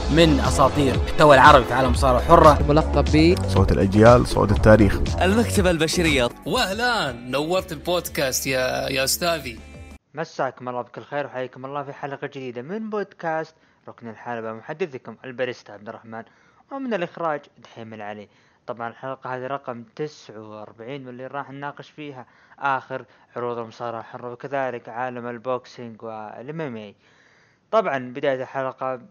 من أساطير المحتوى العربي في عالم المصارعة الحرة، ملقب ب صوت الأجيال، صوت التاريخ، المكتبة البشرية. وأهلا، نورت البودكاست يا أستاذي. مساكم الله بكل خير وحياكم الله في حلقة جديدة من بودكاست ركن الحلبة. محدثكم الباريستا عبد الرحمن، ومن الإخراج دحيم العلي. طبعا الحلقة هذه رقم 49 واللي راح نناقش فيها آخر عروض المصارعة الحرة وكذلك عالم البوكسينج والMMA. طبعا بداية الحلقة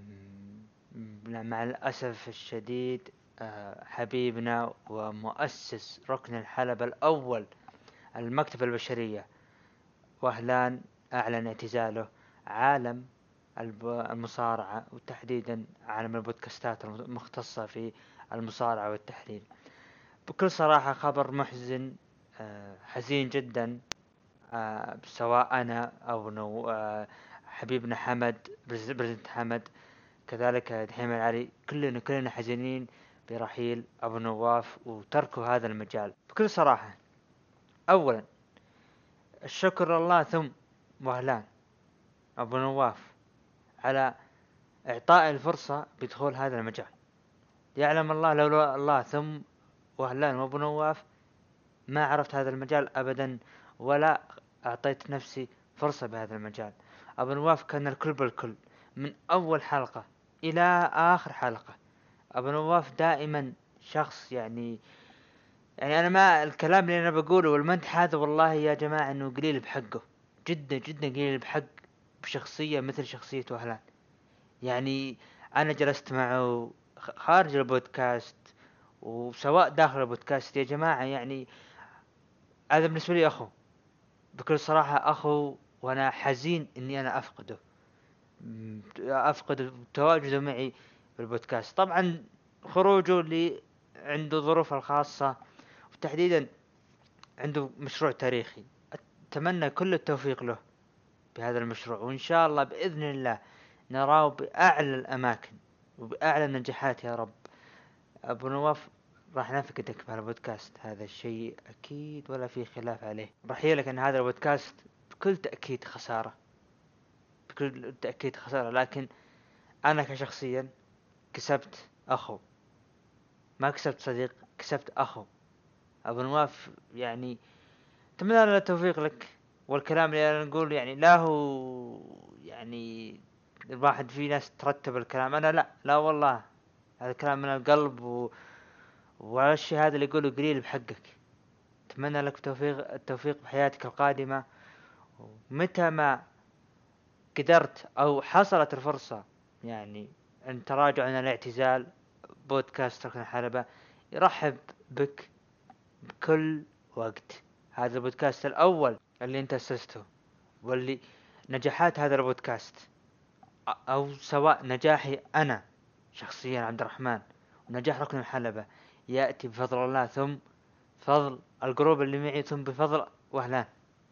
مع الأسف الشديد حبيبنا ومؤسس ركن الحلبة الأول المكتبة البشرية وهلان أعلن اعتزاله عالم المصارعة وتحديدا عالم البودكاستات المختصة في المصارعة والتحليل. بكل صراحة خبر محزن، حزين جدا، سواء أنا أو حبيبنا حمد برزنت حمد كذلك دحيم العلي، كلنا حزينين برحيل أبو نواف وتركه هذا المجال. بكل صراحة أولا الشكر لله ثم وهلان أبو نواف على إعطاء الفرصة بدخول هذا المجال. يعلم الله لولا الله ثم وهلان وأبو نواف ما عرفت هذا المجال أبدا ولا أعطيت نفسي فرصة بهذا المجال. أبو نواف كان الكل بالكل من أول حلقة إلى آخر حلقة. أبو نواف دائما شخص يعني أنا ما الكلام اللي أنا بقوله والمنتح هذا والله يا جماعة إنه قليل بحقه، جدا جدا قليل بحق بشخصية مثل شخصية وهلان. يعني أنا جلست معه خارج البودكاست وسواء داخل البودكاست يا جماعة، يعني هذا بالنسبة لي أخو بكل صراحة، أخو، وأنا حزين إني أنا أفقد تواجده معي في البودكاست. طبعا خروجه اللي عنده ظروف الخاصة وتحديدا عنده مشروع تاريخي، أتمنى كل التوفيق له بهذا المشروع، وإن شاء الله بإذن الله نراه بأعلى الأماكن وبأعلى النجاحات يا رب. أبو نواف راح نفقدك في البودكاست، هذا الشيء أكيد ولا في خلاف عليه. رحيلك عن هذا البودكاست بكل تأكيد خسارة، بكل تأكيد خسارة، لكن أنا كشخصيا كسبت أخو، ما كسبت صديق، كسبت أخو. أبو نواف يعني أتمنى له التوفيق لك، والكلام اللي أنا نقول يعني لا هو يعني الواحد في ناس ترتب الكلام، أنا لا والله هذا الكلام من القلب والشيء هذا اللي يقوله قليل بحقك. أتمنى لك التوفيق بحياتك القادمة، ومتى ما قدرت أو حصلت الفرصة يعني أن تراجع عن الاعتزال، بودكاست ركن الحلبة يرحب بك بكل وقت. هذا البودكاست الأول اللي انت أسسته، واللي نجاحات هذا البودكاست أو سواء نجاحي أنا شخصيا عبد الرحمن ونجاح ركن الحلبة يأتي بفضل الله ثم فضل الجروب اللي معي ثم بفضل وهلان.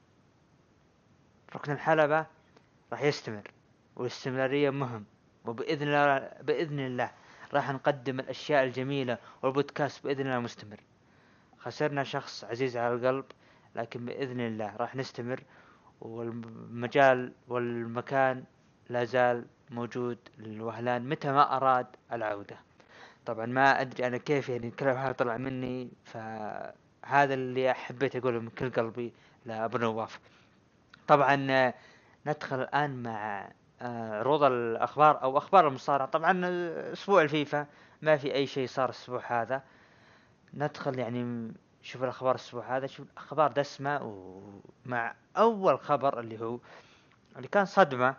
ركن الحلبة راح يستمر والاستمرارية مهم، وبإذن الله راح نقدم الأشياء الجميلة والبودكاست بإذن الله مستمر. خسرنا شخص عزيز على القلب لكن بإذن الله راح نستمر، والمجال والمكان لا زال موجود للوهلان متى ما أراد العودة. طبعا ما أدري أنا كيف يعني الكلام هذا طلع مني، فهذا اللي حبيت أقوله من كل قلبي لأبو نواف. طبعا ندخل الآن مع عروض الأخبار أو أخبار المصارعة. طبعا أسبوع الفيفا ما في أي شيء صار الأسبوع هذا، ندخل يعني شوف الأخبار الأسبوع هذا، شوف الأخبار دسمة. ومع أول خبر اللي كان صدمة،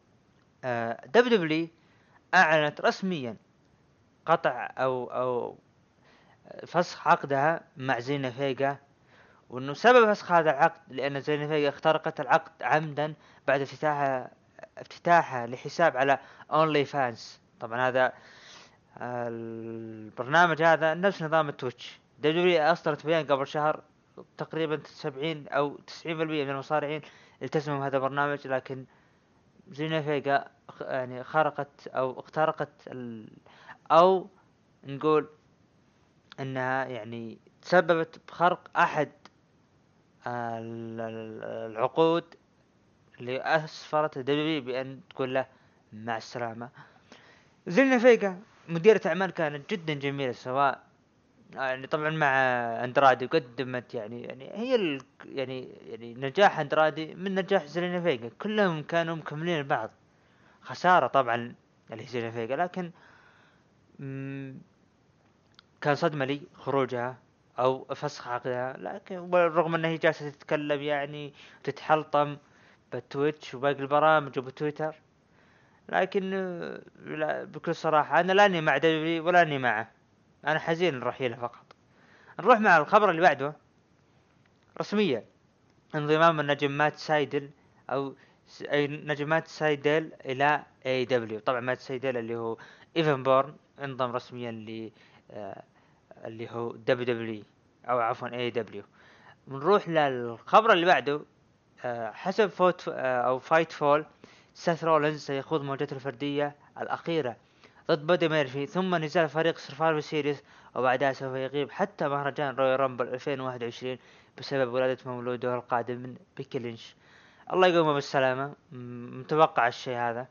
دبليو أعلنت رسميا قطع أو فسخ عقدها مع زينا فيجا، وأنه سبب فسخ هذا العقد لأن زينا فيجا اخترقت العقد عمدا بعد افتتاحها لحساب على اونلي فانس. طبعا هذا البرنامج هذا نفس نظام التويتش. دبليو أصدرت بيان قبل شهر تقريبا 70 أو 90% من المصارعين التزموا هذا البرنامج، لكن زينا فيجا يعني خرقت أو اخترقت أو نقول أنها يعني تسببت بخرق أحد العقود اللي أسفرت دبليو بأن تقول له مع السلامة. زيلينا فيجا مديرة أعمال كانت جدا جميلة، سواء يعني طبعا مع اندرادي، وقدمت يعني هي يعني نجاح اندرادي من نجاح زيلينا فيجا، كلهم كانوا مكملين بعض. خسارة طبعا اللي هي زيلينا فيجا، لكن كان صدمة لي خروجها او فسخ عقدها، لكن رغم انها هي جالسة تتكلم يعني تتحلطم بالتويتش وباقي البرامج وبتويتر، لكن لا، بكل صراحة انا لاني مع دبليو ولا اني معه، انا حزين لرحيله فقط. نروح مع الخبر اللي بعده. رسميا انضمام النجم مات سايدل او اي نجم مات سايدل الى اي دبليو. طبعا مات سايدل اللي هو ايفن بورن انضم رسميا آه، اللي هو دبليو دبليو او عفوا اي دبليو. بنروح للخبر اللي بعده. حسب فوت او فايت فول، سيث رولينز سيخوض مواجهته الفردية الأخيرة ضد بودي ميرفي، ثم نزال فريق سرفايفر سيريس، وبعدها سوف يغيب حتى مهرجان روي رامبل 2021 بسبب ولادة مولوده القادم من بيكي لينش. الله يقومه بالسلامة. متوقع الشيء هذا،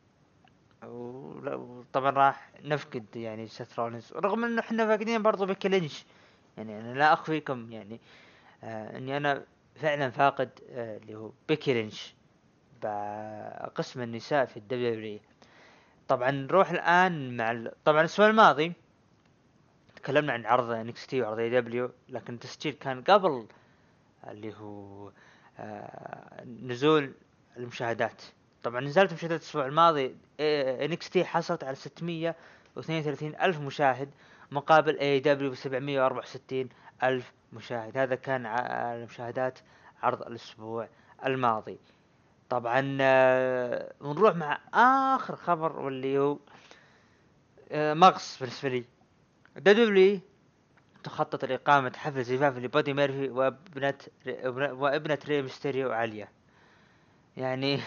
وطبعا راح نفقد يعني سيث رولينز، رغم انه احنا فاقدين برضو بيكي لينش. يعني انا لا اخفيكم يعني اني انا فعلا فاقد اللي هو بيكي لينش بقسم النساء في الدبليو. طبعا نروح الان مع طبعا الاسبوع الماضي تكلمنا عن عرض NXT وعرض AEW، لكن التسجيل كان قبل اللي هو نزول المشاهدات. طبعا نزلت مشاهدات الاسبوع الماضي NXT حصلت على 632 ألف مشاهد، مقابل AEW ب 764 ألف مشاهد. هذا كان مشاهدات عرض الأسبوع الماضي. طبعا نروح مع آخر خبر، واللي هو مغص بالنسبة لي. دبليو تخطط لإقامة حفل زفاف لبودي ميرفي وابنة ري ميستيريو عالية. يعني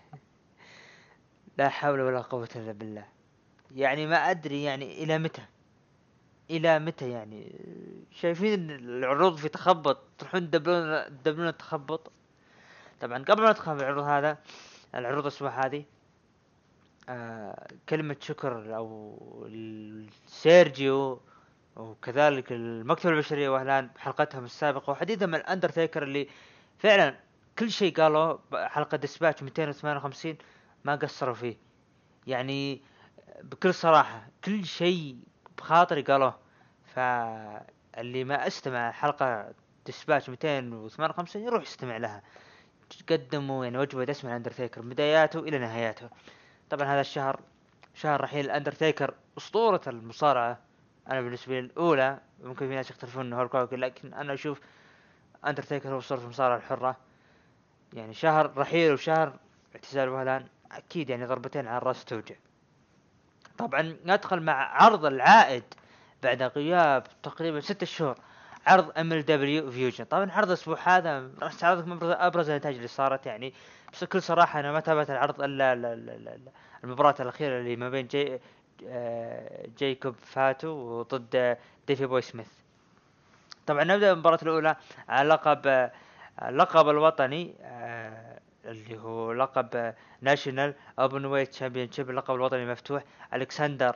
لا حول ولا قوة إلا بالله. يعني ما أدري يعني إلى متى يعني. شايفين العروض في تخبط، تروحون تدبلون التخبط. طبعا قبل ما ندخل في العروض هذا، العروض الأسبوع هذه، كلمة شكر أو سيرجيو وكذلك المكتبة البشرية واهلان بحلقتهم السابقة، وحديثا من الاندرتيكر اللي فعلا كل شيء قالوا حلقة ديسباتش 258 ما قصروا فيه. يعني بكل صراحة كل شيء بخاطري قالوه. فاللي ما استمع حلقة ديسباتش 258 يروح يستمع لها. قدموا يعني وجبة دسمة الاندرتيكر من بداياته الى نهاياته. طبعا هذا الشهر شهر رحيل الاندرتيكر، اسطورة المصارعة. انا بالنسبة لي الاولى، ممكن في ناس يختلفون انه هولك، لكن انا اشوف اندرتيكر هو اسطورة المصارعة الحرة. يعني شهر رحيل وشهر اعتزال وهلان، اكيد يعني ضربتين على الراس توجع. طبعا ندخل مع عرض العائد بعد غياب تقريبا 6 شهور، عرض MLW فيوجن. طبعا عرض الاسبوع هذا راح استعرضكم ابرز النتائج اللي صارت يعني. بس بكل صراحة انا ما تابعت العرض الا المباراة الاخيرة اللي ما بين جايكوب فاتو وضد ديفي بوي سميث. طبعا نبدأ المباراة الاولى على لقب اللقب الوطني، اللي هو لقب ناشونال اوبن ويت تشامبيونشيب، اللقب الوطني المفتوح. الكسندر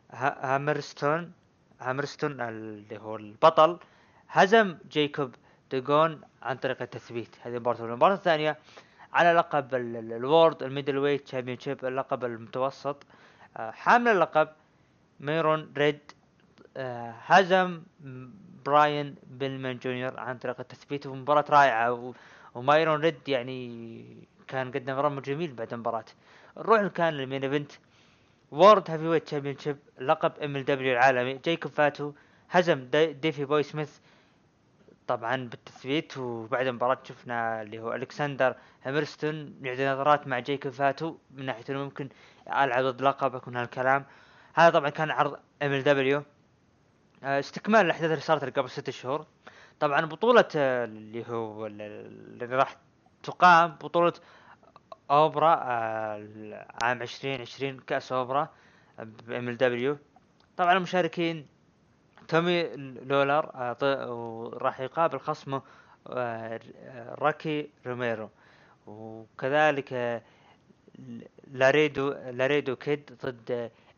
هامرستون اللي هو البطل هزم جايكوب دوغون عن طريق التثبيت. هذه المباراة الثانية على لقب الوورد الميدل ويت تشامبيونشيب، اللقب المتوسط. حامل اللقب ميرون ريد هزم براين بيلمان جونيور عن طريق التثبيت، ومباراة رائعة. ومايرون ريد يعني كان قدم رمى جميل بعد المباراة. نروح كان للمين ايفنت وورد هافي ويت تشامبيونشيب، لقب MLW العالمي. جايكوب فاتو هزم ديفي بوي سميث طبعا بالتثبيت. وبعد المباراة شفنا اللي هو الكسندر هامرستون يعطي نظرات مع جايكوب فاتو من ناحية انه ممكن العب ضد لقبك من هالكلام هذا. طبعا كان عرض MLW استكمال الاحداث اللي صارت قبل 6 شهور. طبعا بطولة اللي هو اللي راح تقام بطولة اوبرا عام 2020، كأس اوبرا MLW. طبعا المشاركين تومي لولر وراح يقابل خصمه راكي روميرو، وكذلك لاريدو كيد ضد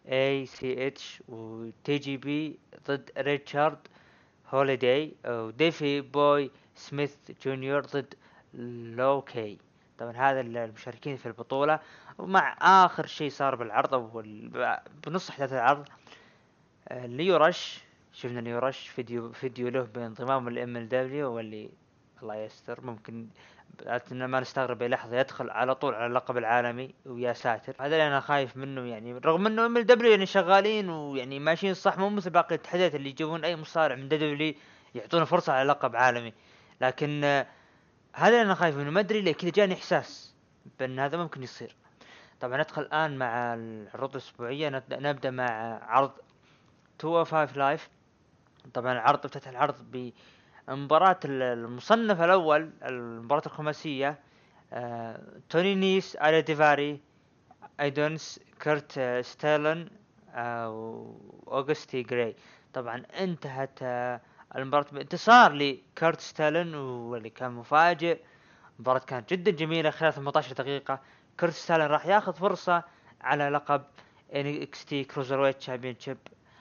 ACH وتي جي بي ضد ريتشارد هوليداي وديفي بوي سميث جونيور ضد لوكي. طبعا هذا المشاركين في البطولة. ومع آخر شيء صار بالعرض أو بنص أحداث العرض، ليو رش، شفنا ليو رش فيديو له بانضمام الام ال دبليو، واللي الله يستر ممكن ما نستغرب لحظة يدخل على طول على اللقب العالمي، ويا ساتر هذا اللي انا خايف منه. يعني رغم انه ام ال دبليو يعني شغالين ويعني ماشيين صح، مو مثل باقي الاتحادات اللي يجيبون اي مصارع من دبليو يعطونه فرصة على لقب عالمي. لكن هذا اللي انا خايف منه. ما ادري ليه كذا جاني احساس بان هذا ممكن يصير. طبعا ندخل الان مع العروض الاسبوعية. نبدأ مع عرض 205 لايف. طبعا العرض افتتح العرض بمباراة المصنف الاول، المباراة الخماسية، توني نيس، آليا ديفاري، ايدونس، كرت ستيلن، واوغستي جراي. طبعا انتهت المباراة بانتصار لكرت ستيلن، واللي كان مفاجئ. المباراة كانت جدا جميلة خلال 18 دقيقة. كرت ستيلن راح ياخذ فرصة على لقب NXT Cruiserweight Championship،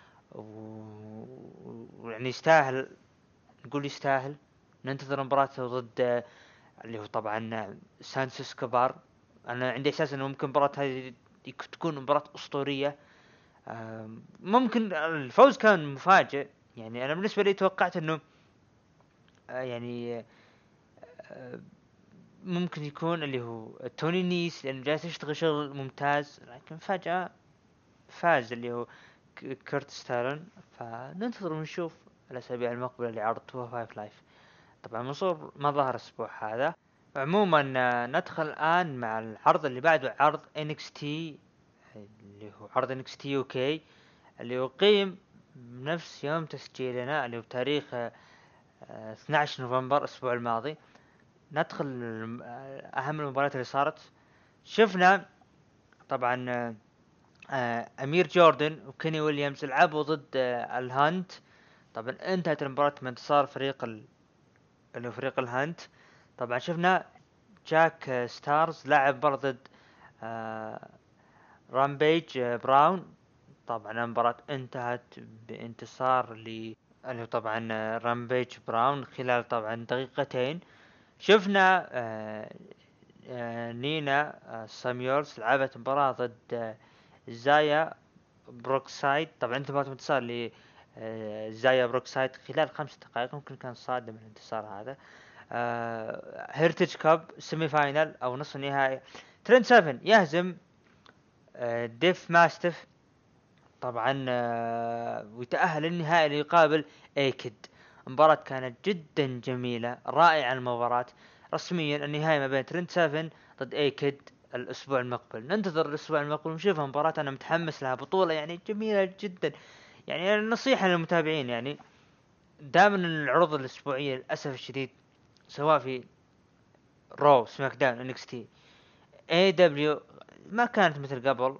ويعني يستاهل، نقول يستاهل. ننتظر مباراته ضد اللي هو طبعا سانسوس كبار. انا عندي احساس انه ممكن مباراة هذه تكون مباراة اسطورية. ممكن الفوز كان مفاجئ. يعني انا بالنسبة لي توقعت انه يعني ممكن يكون اللي هو توني نيس، لانه جالس يشتغل شغل ممتاز، لكن فجأة فاز اللي هو كرت ستالون. فننتظر ونشوف الاسابيع المقبلة لعرض 205 لايف. طبعا منصور ما ظهر الاسبوع هذا. عموما ندخل الان مع العرض اللي بعده، عرض NXT، اللي هو عرض NXT UK، اللي يقيم بنفس يوم تسجيلنا اللي هو بتاريخ 12 نوفمبر الاسبوع الماضي. ندخل اهم المباريات اللي صارت. شفنا طبعا امير جوردن وكيني ويليامز لعبوا ضد الهانت. طبعا انتهت المباراة بانتصار فريق اللي هو فريق الهانت. طبعا شفنا جاك ستارز لعب برضه ضد رامبيج براون. طبعا المباراة انتهت بانتصار اللي هو طبعا رامبيج براون خلال طبعا دقيقتين. شفنا نينا ساميولز لعبت مباراة ضد زايا بروكسايد. طبعا انتهت بانتصار ل زايا بروكسايد خلال 5 دقائق. ممكن كان صادم الانتصار هذا. هيرتج كاب سيمي فاينل او نصف النهائي، ترند 7 يهزم ديف ماستف طبعا ويتأهل للنهائي ليقابل ايكد. مباراة كانت جدا جميلة، رائعة المباراة. رسميا النهائي ما بين ترند 7 ضد ايكد الاسبوع المقبل. ننتظر الاسبوع المقبل ونشوفها مباراة انا متحمس لها. بطولة يعني جميلة جدا. يعني النصيحة للمتابعين، يعني دائما العروض الاسبوعية للاسف الشديد سواء في رو، سماك داون، انكستي، اي دبليو، ما كانت مثل قبل.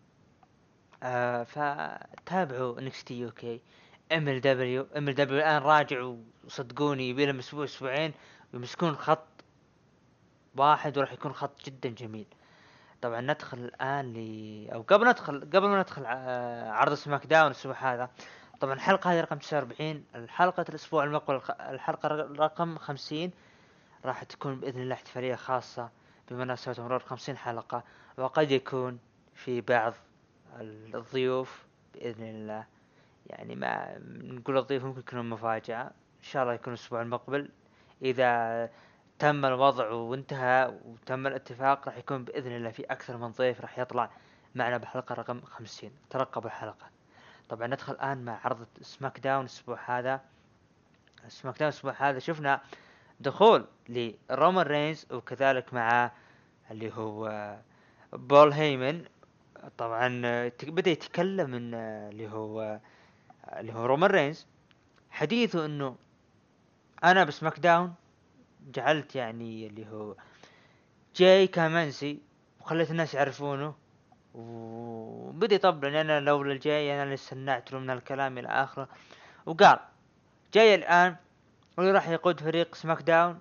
فتابعوا انكستي يو كي. ام ال دبليو الان راجع، وصدقوني يبي لهم اسبوع اسبوعين ويمسكون خط واحد وراح يكون خط جدا جميل. طبعا ندخل الان او قبل ما ندخل عرض سماك داون الاسبوع هذا. طبعا الحلقة هذه رقم 49، الحلقة الاسبوع المقبل الحلقة رقم 50 راح تكون بإذن الله احتفالية خاصة بمناسبة مرور 50 حلقة. وقد يكون في بعض الضيوف بإذن الله. يعني ما نقول الضيوف ممكن يكونوا مفاجأة، إن شاء الله يكون الأسبوع المقبل إذا تم الوضع وانتهى وتم الاتفاق. راح يكون بإذن الله في أكثر من ضيف راح يطلع معنا بحلقة رقم 50. ترقبوا الحلقة. طبعا ندخل الآن مع عرض سماك داون الأسبوع هذا. سماك داون الأسبوع هذا شفنا دخول لرومان رينز، وكذلك مع اللي هو بول هيمن. طبعا بدأ يتكلم من اللي هو رومان رينز، حديثه انه انا بسماك داون جعلت يعني اللي هو جاي كامانسي وخليت الناس يعرفونه. وبدأ يطبل انا لولا الجاي انا اللي سمعت له من الكلام الى اخره. وقال جاي الان واللي راح يقود فريق سماك داون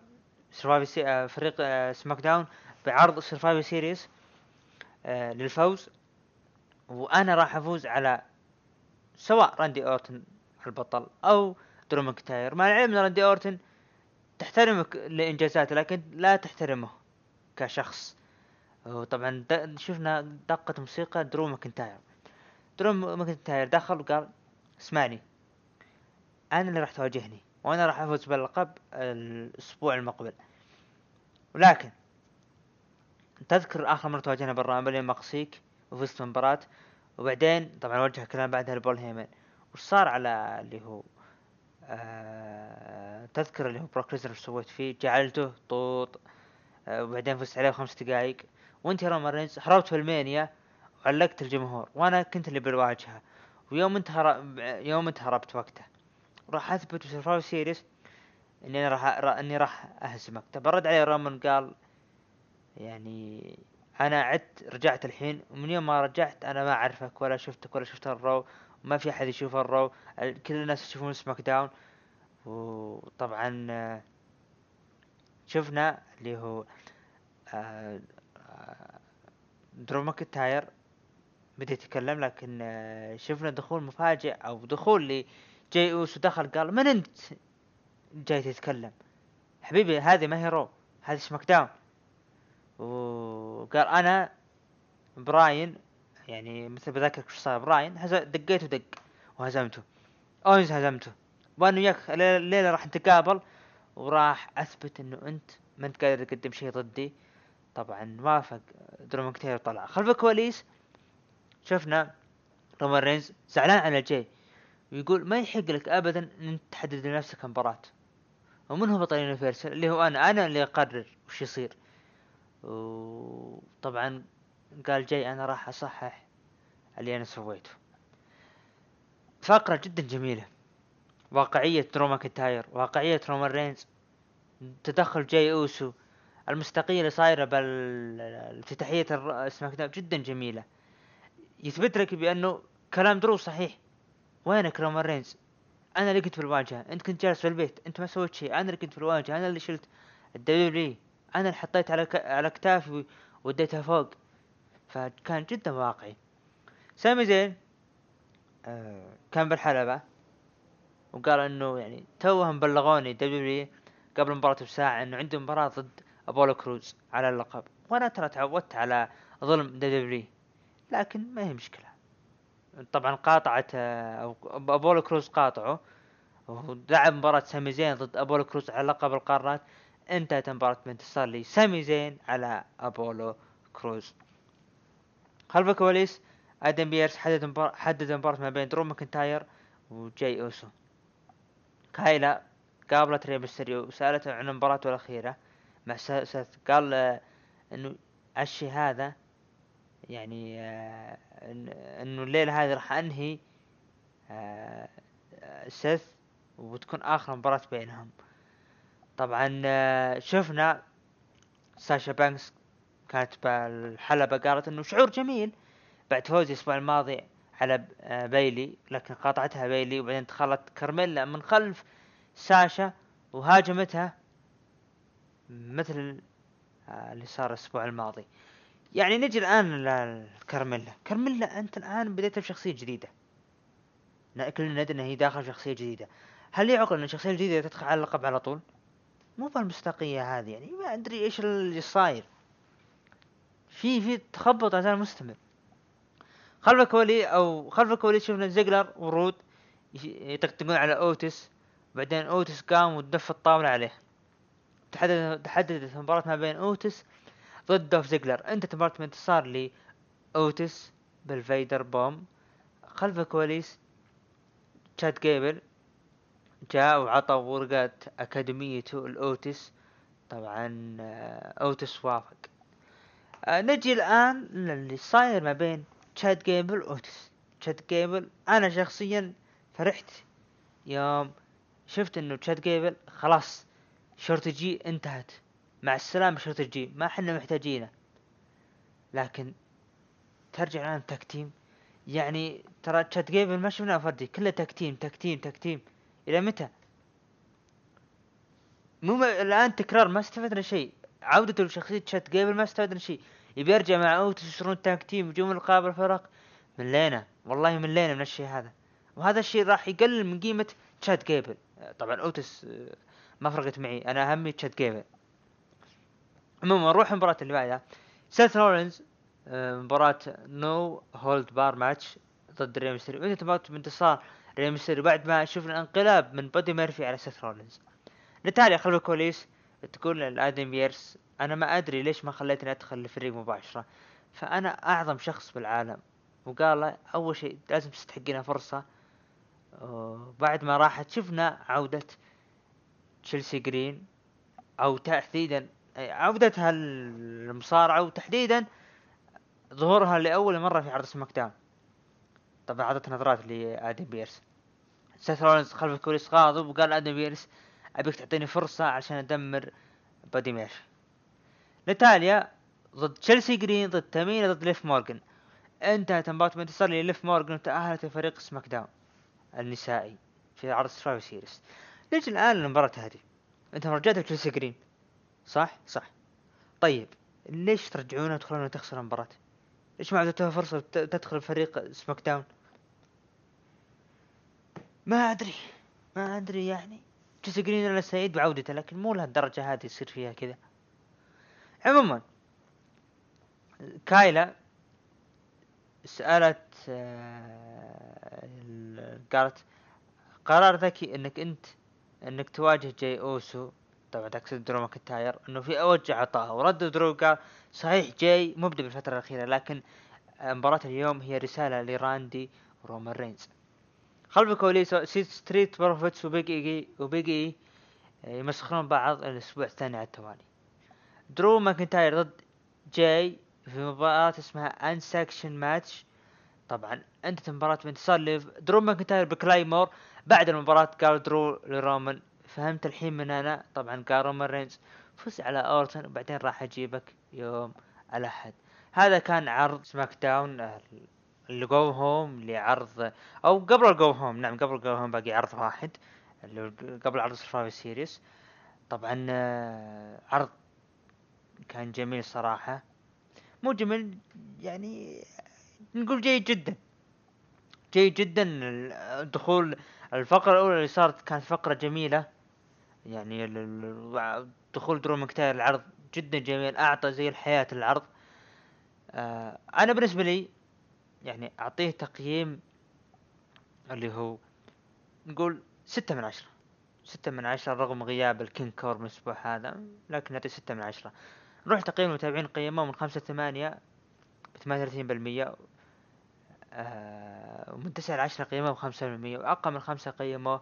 فريق سماك داون بعرض سرفايفر سيريس للفوز. وانا راح افوز على سواء راندي اورتن البطل او درو ماكنتاير، مع العلم ان راندي اورتن تحترمك لانجازاته لكن لا تحترمه كشخص. وطبعا شفنا دقة موسيقى درو ماكنتاير. درو ماكنتاير دخل وقال اسمعني، انا اللي راح تواجهني وانا راح افوز باللقب الاسبوع المقبل. ولكن تذكر اخر مرة تواجهنا بالرامبل يوم مقصيك وفزت المباراة، وبعدين طبعا وجه كلام بعدها لبول هيمن. وش صار على اللي هو تذكر اللي هو بروك ليزنر سويت فيه، جعلته طوط وبعدين فزت عليه 5 دقائق. وانت يا رومان رينز هربت في المانيا وعلقت الجمهور وانا كنت اللي بالواجهة. ويوم انت هربت وقته راح اثبت بسرفايف سيريس اني اني راح اهزمك. تبرد عليه رومان قال يعني انا رجعت الحين، ومن يوم ما رجعت انا ما اعرفك ولا شفتك ولا شفت الرو، وما في احد يشوف الرو، كل الناس يشوفون سماك داون. وطبعا شفنا اللي هو درو ماكنتاير بدأ يتكلم، لكن شفنا دخول مفاجئ او دخول لجاي اوسو. دخل قال من انت جاي تتكلم حبيبي؟ هذه ما هي رو، هذه سماك داون. وقال انا براين، يعني مثل بذكرك وش صار براين دقيته دق وهزمته، اونز هزمته، وانا وياك الليله راح نتقابل وراح اثبت انه انت ما انت قادر تقدم شيء ضدي. طبعا وافق درو ماكنتاير وطلع خلف الكواليس. شفنا رومان رينز زعلان على جاي ويقول ما يحق لك ابدا ان تحدد لنفسك مباراة، ومن هو بطل يونيفرسال اللي هو انا اللي اقرر وش يصير. وطبعا قال جاي انا راح اصحح اللي انا سويته. فقرة جدا جميلة، واقعية درو ماكنتاير، واقعية رومان رينز، تدخل جاي اوسو، المستقية اللي صايرة بالافتتاحية سماك داون جدا جميلة. يثبت لك بانه كلام درو صحيح. وينك رومان رينز؟ انا اللي كنت في الواجهة، انت كنت جالس في البيت، انت ما سويت شيء. انا اللي كنت في الواجهة، انا اللي شلت الدبليو، انا اللي حطيت على كتافي وديتها فوق. فكان جدا واقعي. سامي زين كان بالحلبة وقال انه يعني توهم بلغوني دبليو قبل المباراة بساعة انه عنده مباراة ضد ابولو كروز على اللقب، وانا ترى تعودت على ظلم دبليو، لكن ما هي مشكلة. طبعا قاطعت ابولو كروز قاطعه ولعب مباراة سامي زين ضد ابولو كروز على لقب القارات. انتهت المباراة بانتصار لي سامي زين على ابولو كروز. خلف الكواليس ادم بيرس حدد مباراة ما بين درو ماكنتاير وجاي اوسو. كايلا قابلت ريا ميستيريو وسألته عن مباراته الأخيرة مع سيث. قال انه الشيء هذا يعني انه الليلة هذه راح انهي سيث وتكون اخر مباراة بينهم. طبعا شفنا ساشا بانكس كانت بالحلبة قالت انه شعور جميل بعد فوز الاسبوع الماضي على بايلي، لكن قاطعتها بايلي وبعدين دخلت كارميلا من خلف ساشا وهاجمتها مثل اللي صار الاسبوع الماضي. يعني نجي الان لكارميلا انت الان بديت بشخصية جديدة، كلنا ندري ان هي داخل شخصية جديدة. هل يعقل ان الشخصية الجديدة تدخل على اللقب على طول؟ مو بالمصداقية هذه، يعني ما ادري ايش اللي صاير، في تخبط عشان مستمر. خلف الكواليس شفنا زيجلر ورود يطقطقون على اوتس، بعدين اوتس قام ودف الطاولة عليه. تحددت مباراة ما بين اوتس ضد دوف زيجلر. انت مباراة انتصار لي اوتس بالفيدر بوم. خلف الكواليس تشاد جيبل جاء وعطى ورقة اكاديميته الاوتس. طبعا اوتس وافق. نجي الان اللي صاير ما بين تشاد جيبل واوتس. تشاد جيبل انا شخصيا فرحت يوم شفت انه تشاد جيبل خلاص شرط جي انتهت، مع السلامة شرط جي، ما حنا محتاجينه. لكن ترجع الان تكتيم، يعني ترى تشاد جيبل ما شفناه فردي، كله تكتيم الى متى؟ الان تكرار ما استفدنا شيء. عودته لشخصية تشاد جيبل ما استفدنا شيء. يبي يرجع مع اوتس يصيرون تاك تيم يجون مقابل فرق. ملينا والله ملينا من الشيء هذا، وهذا الشيء راح يقلل من قيمة تشاد جيبل. طبعا اوتس ما فرقت معي، انا اهمي تشاد جيبل. عموما نروح المباراة اللي بعدها، سيث رولينز مباراة نو هولد بار ماتش ضد ري ميستيريو. وانت تبغى بانتصار ري ميستيريو بعد ما شفنا انقلاب من بودي ميرفي على سيث رولينز. نتاليا خلف الكواليس تقول لادم بيرس انا ما ادري ليش ما خليتني ادخل الفريق مباشرة، فانا اعظم شخص بالعالم. وقال اول شيء لازم تستحقنا فرصة. بعد ما راحت شفنا عودة تشيلسي جرين، او تحديدا عودتها المصارعة، وتحديدا ظهورها لأول مرة في عرض سماك داون. طبعا عطت نظرات لآدم بيرس. سيث رولينز خلف الكواليس غاضب وقال آدم بيرس أبيك تعطيني فرصة عشان أدمر بودي ميرفي. ناتاليا ضد تشيلسي جرين ضد تامينا ضد ليف مورغان. انتهت المباراة بانتصار لليف مورغان، وتأهلت لفريق سماك داون النسائي في عرض سراوي سيريس. نيجي الآن للمباراة هذه. انت رجعت تشيلسي جرين صح؟ طيب ليش ترجعونها وتخلونها تخسر المباراة؟ ليش ما عطيتها فرصة تدخل فريق سماك داون؟ ما ادري يعني. تشيلسي جرين انا سعيد بعودته، لكن مو لهالدرجة هذه يصير فيها كذا. عموما كايلا سألت قالت قرار ذكي انك تواجه جاي اوسو، طبعا تقصد درو ماكنتاير، انه في اوجه عطاها. ورد درو قال صحيح جاي مبدع بالفترة الأخيرة، لكن مباراة اليوم هي رسالة لراندي ورومان رينز. خلف الكواليس ستريت بروفيتس وبيجي يمسخرون بعض الاسبوع الثاني على التوالي. درو ماكنتاير ضد جاي في مباراة اسمها انسكشن ماتش. طبعا انتهت المباراة بانتصار لدرو ماكنتاير بكلايمور. بعد المباراة قال درو لرومان فهمت الحين من انا. طبعا قال رومان رينز فز على اورتن وبعدين راح اجيبك يوم الاحد. هذا كان عرض سماك داون اللي جو هوم لعرض، او قبل الجو هوم، نعم قبل الجو هوم باقي عرض واحد اللي قبل عرض سرفايفر سيريس. طبعا عرض كان جميل صراحة، مو جميل يعني، نقول جيد جدا. الدخول الفقرة الأولى اللي صارت كانت فقرة جميلة يعني. دخول درو ماكنتاير العرض جدا جميل، أعطى زي الحياة العرض. أنا بالنسبة لي يعني أعطيه تقييم اللي هو نقول 6/10. 6/10 رغم غياب الكينج كور من الأسبوع هذا، لكن نعطيه 6/10. نروح تقييم المتابعين، قيموه من 5/8 ب38%، ومن 9/10 قيموه ب5%، وأقل من 5 قيموه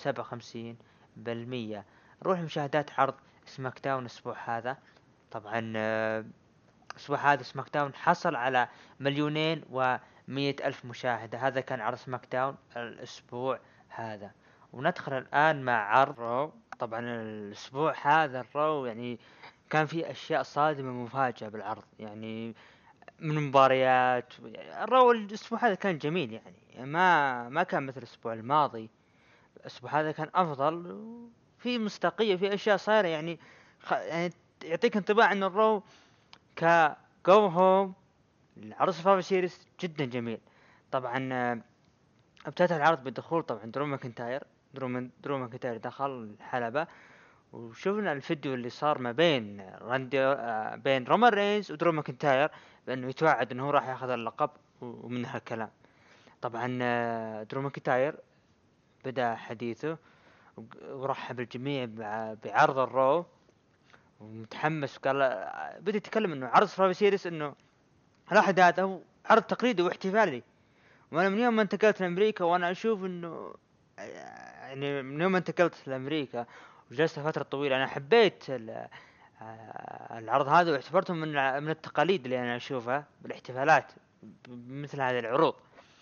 ب57%. نروح مشاهدات عرض سماك داون الأسبوع هذا. طبعا الأسبوع هذا سماك داون حصل على 2,100,000 مشاهدة. هذا كان عرض سماك داون الأسبوع هذا. وندخل الآن مع عرض رو. طبعا الأسبوع هذا الرو يعني كان فيه أشياء صادمة مفاجئة بالعرض يعني، من مباريات. الرو الأسبوع هذا كان جميل يعني، ما كان مثل الأسبوع الماضي. الأسبوع هذا كان أفضل، في مصداقية، في أشياء صايرة يعني، يعني يعطيك انطباع أن الرو كجو هوم العرض سرفايفر سيريس جدا جميل. طبعا ابتدت العرض بالدخول طبعا درو ماكنتاير دخل الحلبة، وشوفنا الفيديو اللي صار ما بين بين رومان رينز ودرو ماكنتاير، بانه يتوعد انه هو راح ياخذ اللقب ومن هالكلام. طبعا درو ماكنتاير بدأ حديثه ورحب الجميع بعرض الرو ومتحمس، وقال بدأ يتكلم انه عرض سرفايفر سيريس انه هذا هو عرض تقليدي واحتفالي. وانا من يوم ما انتقلت لامريكا وانا اشوف انه يعني من يوم ما انتقلت لامريكا وجلست فترة طويلة انا حبيت العرض هذا، واعتبرته من التقاليد اللي انا اشوفها بالاحتفالات مثل هذه العروض.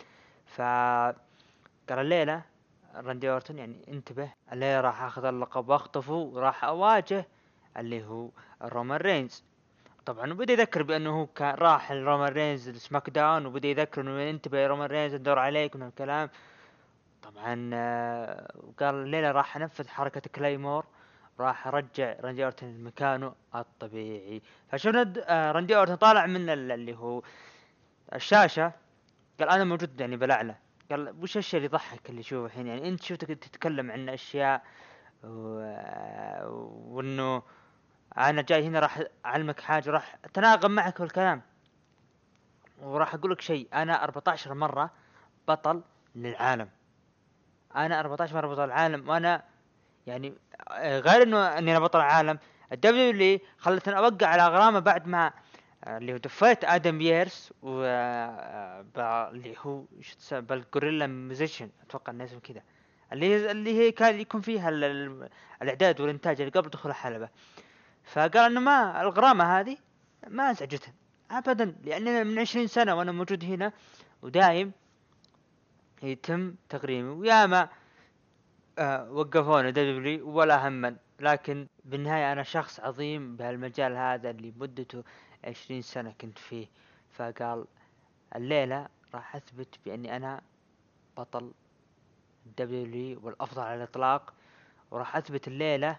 قال الليلة راندي اورتون يعني انتبه، الليلة راح اخذ اللقب واخطفه وراح اواجه اللي هو رومان رينز. طبعا وبدأ يذكر بانه هو كان راح لرومان رينز سماك داون، وبدأ يذكر انه انتبه يا رومان رينز الدور عليك من الكلام. طبعا وقال الليلة راح انفذ حركة كلايمور، راح ارجع راندي اورتون لمكانه الطبيعي. فشفنا راندي اورتون طالع من اللي هو الشاشة، قال انا موجود يعني بلعله. قال وش الشيء اللي يضحك اللي شوفه الحين؟ يعني انت شفتك تتكلم عن اشياء وانه انا جاي هنا راح اعلمك حاجه، راح اتناغم معك في الكلام، وراح اقول لك شيء. انا 14 مره بطل للعالم، انا 14 مره بطل العالم، وانا يعني غير انه اني انا بطل العالم، الدبليو اللي خلتني اوقع على غرامه بعد ما اللي هو دفيت ادم بيرس و اللي هو بالغوريلا ميوزيشن، اتوقع الناس كذا، اللي هي كان يكون فيها الاعداد والانتاج اللي قبل دخول الحلبه. فقال انه ما الغرامه هذه ما ازعجتهم ابدا، لان من 20 سنه وانا موجود هنا ودايم يتم تغريمي، وياما وقفوني دبليو ولا هما، لكن بالنهاية أنا شخص عظيم بهالمجال هذا اللي مدته 20 سنة كنت فيه. فقال الليلة راح أثبت بأني أنا بطل دبليو والأفضل على الإطلاق، وراح أثبت الليلة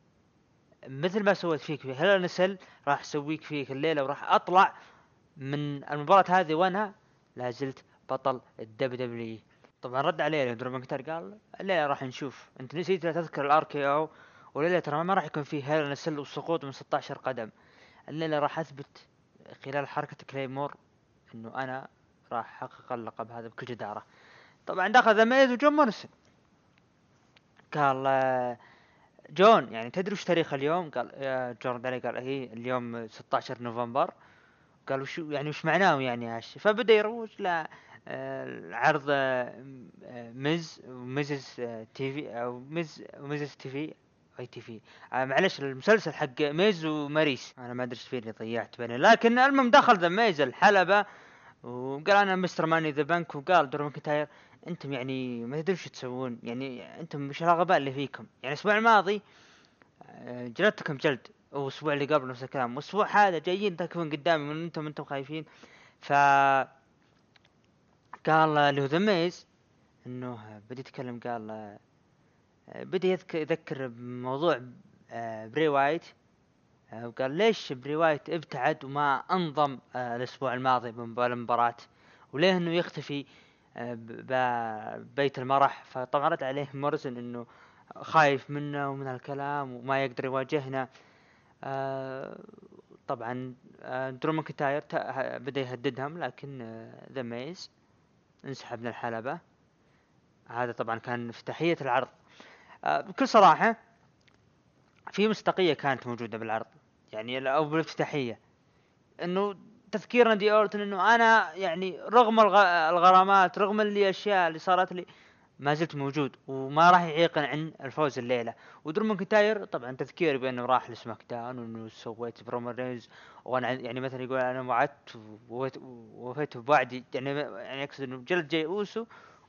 مثل ما سويت فيك في هيل نسل راح أسويك فيك الليلة، وراح أطلع من المباراة هذه وأنا لازلت بطل الدبليو. طبعا رد عليه درو ماكنتاير قال الليلة راح نشوف، انت نسيت لا تذكر الاركي او، والليلة ترى ما راح يكون فيه هيل نسل وسقوط من 16 قدم. الليلة راح اثبت خلال حركة كليمور انه انا راح احقق اللقب هذا بكل جدارة. طبعا دخل ذا ميز وجون موريسون. قال جون يعني تدري وش تاريخ اليوم؟ قال يا جون دالي، قال هي اليوم 16 نوفمبر. قالوا شو يعني وش معناه يعني هالشيء؟ فبدأ يروج ل عرض ميز وميزز تي في او ميز وميزز تي في اي تي في، معلش المسلسل حق ميز وماريس، انا ما ادري ايش فيه اللي ضيعت بينه. لكن المهم دخل ذا ميز الحلبة وقال انا مستر ماني ذا بنك، وقال درو ماكنتاير انتم يعني ما تدرون شو تسوون، يعني انتم مش الغباء اللي فيكم، يعني الاسبوع الماضي جلدتكم جلد، والاسبوع اللي قبل نفس الكلام، والاسبوع هذا جايين تكفون قدامي من انتم خايفين. ف قال له ذا ميز انه بدي يتكلم، قال بدي يذكر بموضوع بري وايت، وقال ليش بري وايت ابتعد وما انضم الاسبوع الماضي بالمباراة، وليه انه يختفي ببيت المرح. فطبعا رد عليه موريسون انه خايف منه ومن هالكلام وما يقدر يواجهنا. طبعا درو ماكنتاير بدأ يهددهم، لكن ذا ميز انسحب من الحلبة. هذا طبعا كان افتتاحية العرض. بكل صراحة في مصداقية كانت موجودة بالعرض، يعني او بالافتتاحية، انه تذكير راندي اورتن انه انا يعني رغم الغرامات، رغم الاشياء اللي صارت لي، ما زلت موجود وما راح يعيقن عن الفوز الليلة. ودرو ماكنتاير طبعا تذكير بانه راح لسماك داون وانه سويت برومو رينز، وانا يعني مثلا يقول انا وعدت ووفيت بوعدي، يعني يقصد انه جلد جاي اوسو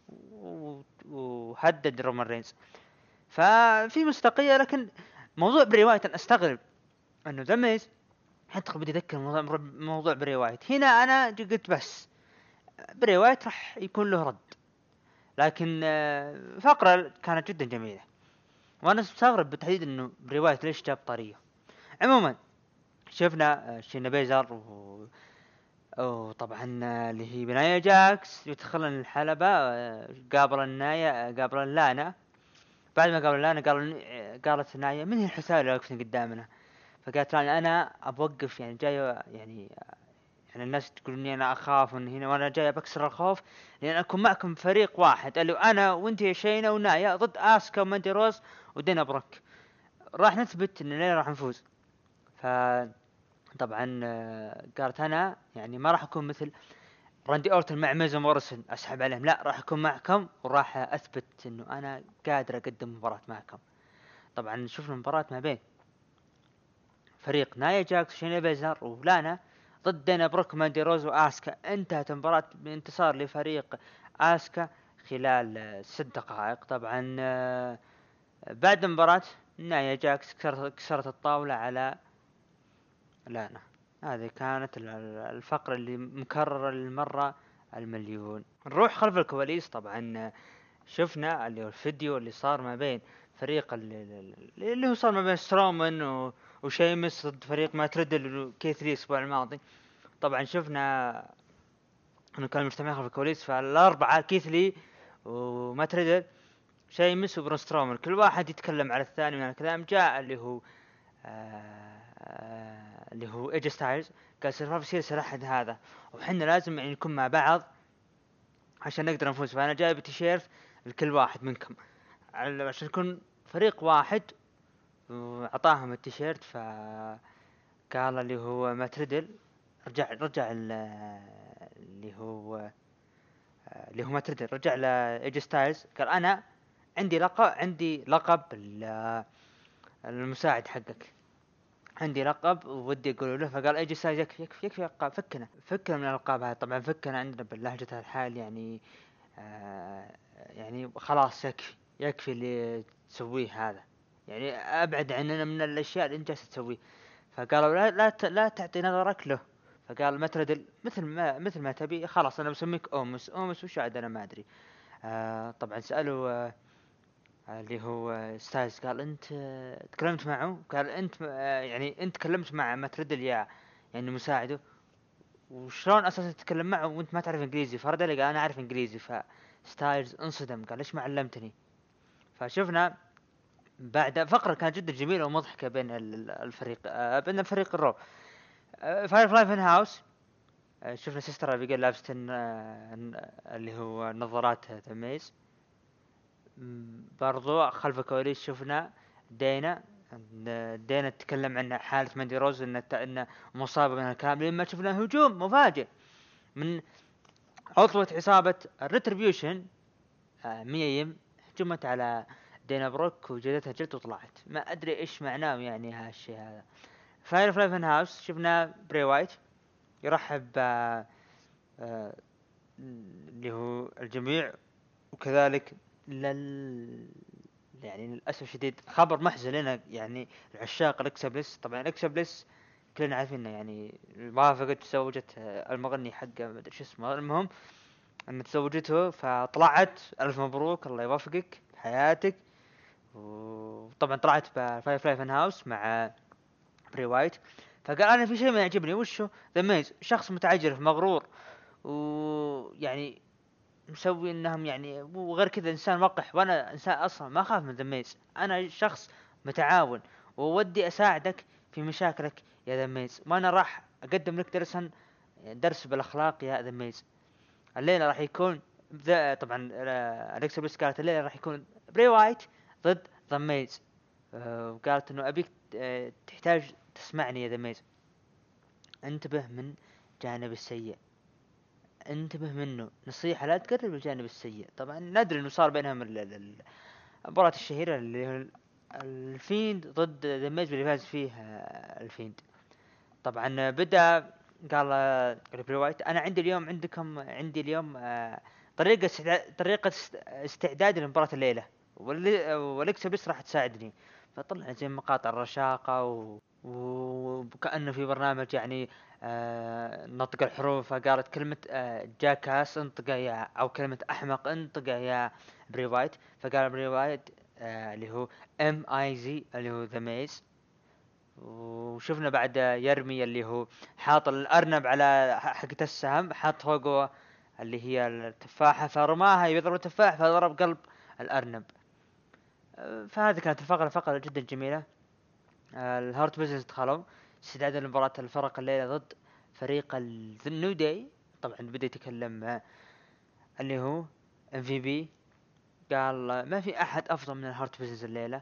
وهدد رومان رينز. ففي مصداقية. لكن موضوع بري وايت انا استغرب انه ذا ميز حتى بدي اذكر موضوع بري وايت هنا. انا قلت بس بري وايت راح يكون له رد، لكن فقرة كانت جدا جميلة، وانا مستغرب بالتحديد انه بري وايت ليش جاب طريقه. عموما شفنا شينا بيزر وطبعا اللي هي بنايا جاكس يدخلن الحلبة، قابل النايا قابل لانا. بعد ما قابل لانا قالت نايا من هي الحسالة اللي وقفتني قدامنا؟ فقالت لانا انا ابوقف، يعني جاي يعني الناس تقول اني انا اخاف من هنا، وانا جاي بكسر الخوف لان اكون معكم فريق واحد اللي انا وانت يا شينا ونايا ضد اسكا وماندي روز ودينا بروك، راح نثبت ان ليه راح نفوز. فطبعا قالت انا يعني ما راح اكون مثل راندي اورتن مع ميز موريسون اسحب عليهم، لا راح اكون معكم وراح اثبت انه انا قادر اقدم مباراة معكم. طبعا شفنا مباراة ما بين فريق نايا جاكس وشينا بيزر ولانا ضد دينا بروك ماندي روز واسكا. انتهت المباراة بانتصار لفريق اسكا خلال 6 دقائق. طبعا بعد المباراة نايا جاكس كسرت الطاولة على لانا. هذه كانت الفقرة اللي مكررة للمرة المليون. نروح خلف الكواليس. طبعا شفنا اللي هو الفيديو اللي صار ما بين فريق اللي هو صار ما بين سترومان وشيمس ضد فريق ما تردل وكيث لي الاسبوع الماضي. طبعا شفنا انه كان مجتمعين خلف الكواليس. فالاربعه كيثلي ومات ريدل شيمس وبرونسترومر كل واحد يتكلم على الثاني من الكلام. جاء اللي هو ايج ستايلز قال سيرفايفر سيريس راح هذا وحنا لازم يعني نكون مع بعض عشان نقدر نفوز. فانا جايب تيشيرت لكل واحد منكم عشان نكون فريق واحد وعطاهم التيشيرت. فقال اللي هو مات ريدل رجع اللي هو مات ريدل رجع لايج ستايلز قال انا عندي لقب المساعد حقك، عندي لقب وودي اقوله له. فقال ايج ستايلز يكفي ألقاب، فكنا من الالقاب هذه. طبعا فكنا عندنا باللهجة الحال يعني يعني خلاص يكفي اللي تسويه هذا، يعني ابعد عننا من الاشياء اللي انت جالس تسويه. فقالوا لا تعطي نظرك له. فقال متردل مثل ما تبي، خلاص انا بسميك اومس وش عاد انا ما ادري. طبعا سالوا اللي هو ستايلز قال انت تكلمت معه؟ قال انت يعني انت تكلمت مع متردل يا يعني مساعده، وشلون اساسا تتكلم معه وانت ما تعرف انجليزي؟ فرد قال انا اعرف انجليزي. فستايلز انصدم قال ليش ما علمتني؟ فشفنا بعد فقرة كانت جدا جميلة ومضحكة بين الفريق بين الفريق الرو. فاير فلاي فين هاوس شفنا سيستر ابيجيل لابستن اللي هو نظارات تميز. برضو خلف الكواليس شفنا دينا تتكلم عن حالة ماندي روز انه مصابة من الكامل، لما شفنا هجوم مفاجئ من عضوة عصابة الريتريبيوشن ميم، هجمت على دينا بروك وجدتها جلد وطلعت. ما ادري ايش معناه يعني هالشيء هذا. فاير فلاي فان هاوس شفنا بري وايت يرحب اللي هو الجميع، وكذلك يعني للاسف شديد خبر محزن لنا يعني العشاق الاكسبلس. طبعا الاكسبلس كلنا عارفين يعني وافقت وزوجت المغني حقه ما ادري شو اسمه، المهم ان تزوجته فطلعت. الف مبروك الله يوفقك حياتك. وطبعا طلعت بفاير فلاي فان هاوس مع بري وايت. فقال انا في شيء ما يعجبني، وشو؟ ذا ميز شخص متعجرف مغرور ويعني مسوي انهم يعني، وغير كذا انسان وقح، وانا انسان اصلا ما اخاف من ذا ميز، انا شخص متعاون وودي اساعدك في مشاكلك يا ذا ميز، وانا راح اقدم لك درس بالاخلاق يا ذا ميز. الليله راح يكون طبعا اليكسا بليس قالت الليله راح يكون بري وايت ضد ذا ميز. وقالت انه ابيك تحتاج تسمعني يا ذا ميز، انتبه من جانب السيء، انتبه منه، نصيحة لا تقرب الجانب السيء. طبعا ندري انه صار بينهم المباراة الشهيرة اللي هو الفيند ضد ذا ميز اللي فاز فيه الفيند. طبعا بدأ قال بري وايت انا عندي اليوم طريقة استعداد لمباراة الليلة، والإكسا بس راح تساعدني. فطلع زي مقاطع الرشاقة وكأنه في برنامج يعني نطق الحروف. فقالت كلمة جاكاس انطقه يا، او كلمة احمق انطقه يا بري وايت. فقال بري وايت اللي هو MIZ اللي هو ذا ميز. وشفنا بعد يرمي اللي هو حاط الارنب على حقة السهم، حاط فوقه اللي هي التفاحة فرماها يضرب التفاح فضرب قلب الارنب. فهذه كانت فقرة جدا جميلة. الهارت بيزنس دخلوا استعدادا لمباراة الفرق الليلة ضد فريق النيو داي. طبعا بدأ يتكلم اللي هو MVP، قال ما في احد افضل من الهارت بيزنس الليلة،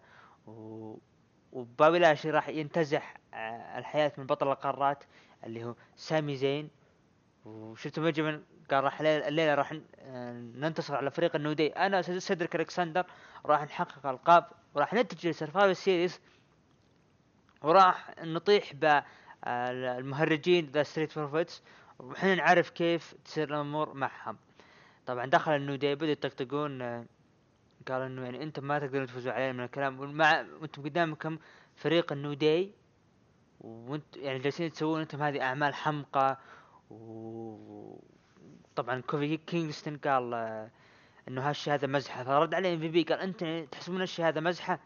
وبابي لاشي راح ينتزع الحياة من بطل القارات اللي هو سامي زين. وشفتوا بنجمن قال راح الليلة راح ننتصر على فريق النيو داي، انا سيدريك الكسندر راح نحقق القاب وراح نتجه لسرفايفر سيريز، وراح نطيح بالمهرجين ذا ستريت بروفيتس وحنا نعرف كيف تصير الامور معهم. طبعا دخل النيو داي بدأوا يطقطقون، قال انه يعني انتم ما تقدرون تفوزوا علينا من الكلام، وانتم قدامكم فريق النيو داي وانت يعني جالسين تسوون انتم هذه اعمال حمقى. وطبعا كوفي كينغستون قال انه هالشيء هذا مزحه. فرد عليه MVP قال انت تحسبون الشيء هذا مزحه؟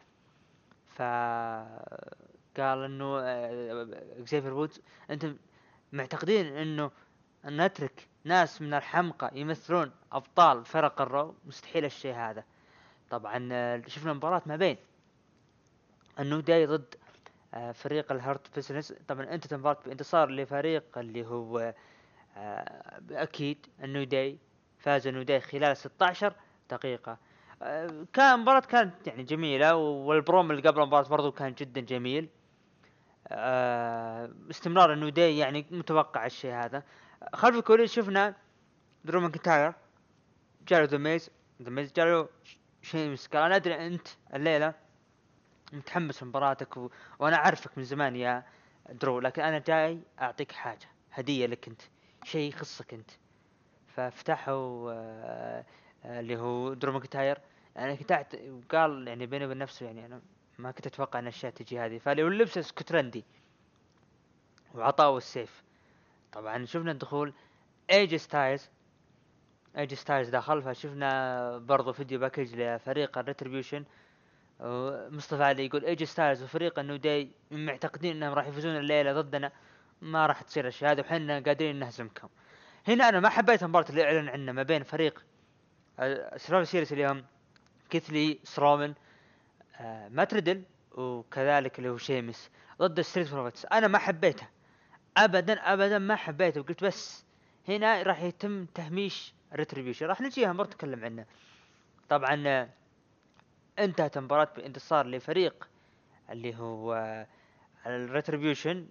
فقال انه اكزيفير وودز انتم معتقدين انه أن نترك ناس من الحمقى يمثلون أبطال فرق الرو، مستحيل الشيء هذا. طبعا شفنا مباراة ما بين النيو داي ضد فريق الهارت بيزنس. طبعا انت مباراة بانتصار لفريق اللي هو اكيد النيو داي، فاز النيو داي خلال 16 دقيقة. كان مباراة كانت يعني جميلة، والبروم اللي قبل المباراة برضو كان جدا جميل. استمرار النيو داي يعني متوقع الشيء هذا. خلف الكواليس شفنا درو ماكنتاير جاله ذا ميز جاله شيء مسكال. انا ادري انت الليلة متحمس لمباراتك وانا اعرفك من زمان يا درو، لكن انا جاي اعطيك حاجة هدية لك انت، شيء يخصك انت. ففتحوا اللي هو درو ماكنتاير، يعني كنت وقال يعني بينه وبين نفسه يعني انا ما كنت اتوقع ان الاشياء تجي هذه. فاللي هو اللبس اسكتلندي وعطاه السيف. طبعا شفنا دخول ايج ستايلز دخل. فشفنا برضو فيديو باكج لفريق الريتريبيوشن، مصطفى علي يقول ايج ستايلز وفريق النو داي معتقدين انهم راح يفوزون الليله ضدنا، ما راح تصير الشيء هذا وحنا قادرين نهزمكم. هنا انا ما حبيت المباراه اللي اعلن عنها ما بين فريق سرافا سيريس اليوم كيثلي سترومان ماتريدل وكذلك اللي هو شيمس ضد ستريت بروفيتس. انا ما حبيتها ابدا ما حبيته، وقلت بس هنا راح يتم تهميش الريتريبيوشن، راح نجيها مرة نتكلم عنها. طبعا انتهت المباراة بانتصار لفريق اللي هو الريتريبيوشن.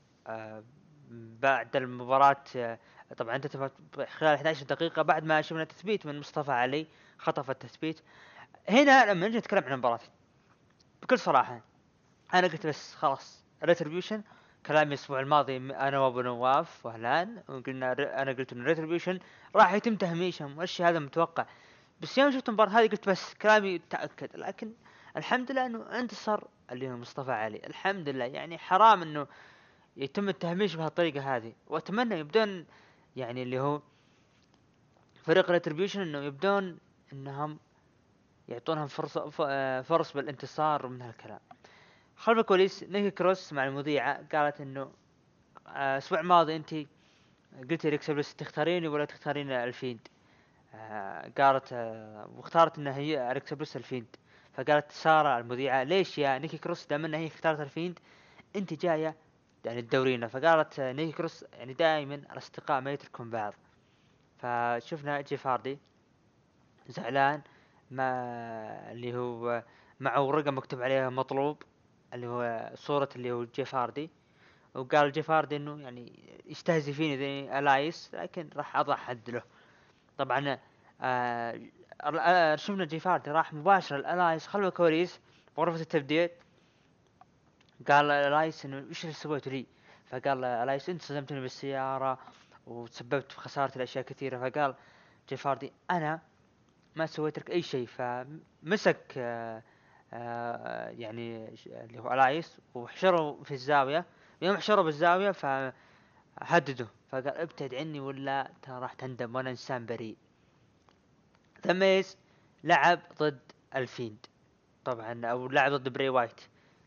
بعد المباراة طبعا انتهت خلال 11 دقيقة بعد ما شفنا تثبيت من مصطفى علي، خطف التثبيت. هنا لما نجي نتكلم عن المباراة بكل صراحة انا قلت بس خلاص ريتريبيوشن. كلامي الاسبوع الماضي انا وابو نواف وهلان وقلنا انا قلت ان ريتريبيوشن راح يتم تهميشهم والشيء هذا متوقع. بس يوم شفت المباراة هذه قلت بس كلامي تأكد. لكن الحمد لله انه انتصر اللي هو مصطفى علي، الحمد لله. يعني حرام انه يتم التهميش بهالطريقة هذه، واتمنى يبدون يعني اللي هو فريق ريتريبيوشن انه يبدون انهم يعطونهم فرص بالانتصار ومن هالكلام. خلف الكواليس نيكي كروس مع المذيعة قالت انه الاسبوع الماضي انت قلت لي بس تختاريني ولا تختارين الفيند. قالت واختارت انها هي الكسبلس الفيند. فقالت سارة المذيعة ليش يا نيكي كروس دائما هي اختارت الفيند انت جاية يعني تدورينا. فقالت نيكي كروس يعني دائما الاصدقاء ما يتركون بعض. فشفنا جيف هاردي زعلان ما اللي هو معه رقم مكتوب عليها مطلوب اللي هو صورة اللي هو جيف هاردي، وقال جيف هاردي انه يعني يستهزئ فيني ذي الايس لكن راح اضع حد له. طبعا شفنا جيف هاردي راح مباشرة الالايس خلف الكواليس بغرفة التبديل. قال الايس انه ايش اللي سويته لي؟ فقال الايس انت صدمتني بالسيارة وتسببت في خسارة الاشياء كثيرة. فقال جيف هاردي انا ما سويت لك اي شيء. فمسك يعني اللي هو الايس وحشره في الزاوية. يوم حشره بالزاوية فهدده فقال ابتعد عني ولا ترى راح تندم وانا انسان بريء. ثميز لعب ضد الفيند طبعا او لعب ضد بري وايت.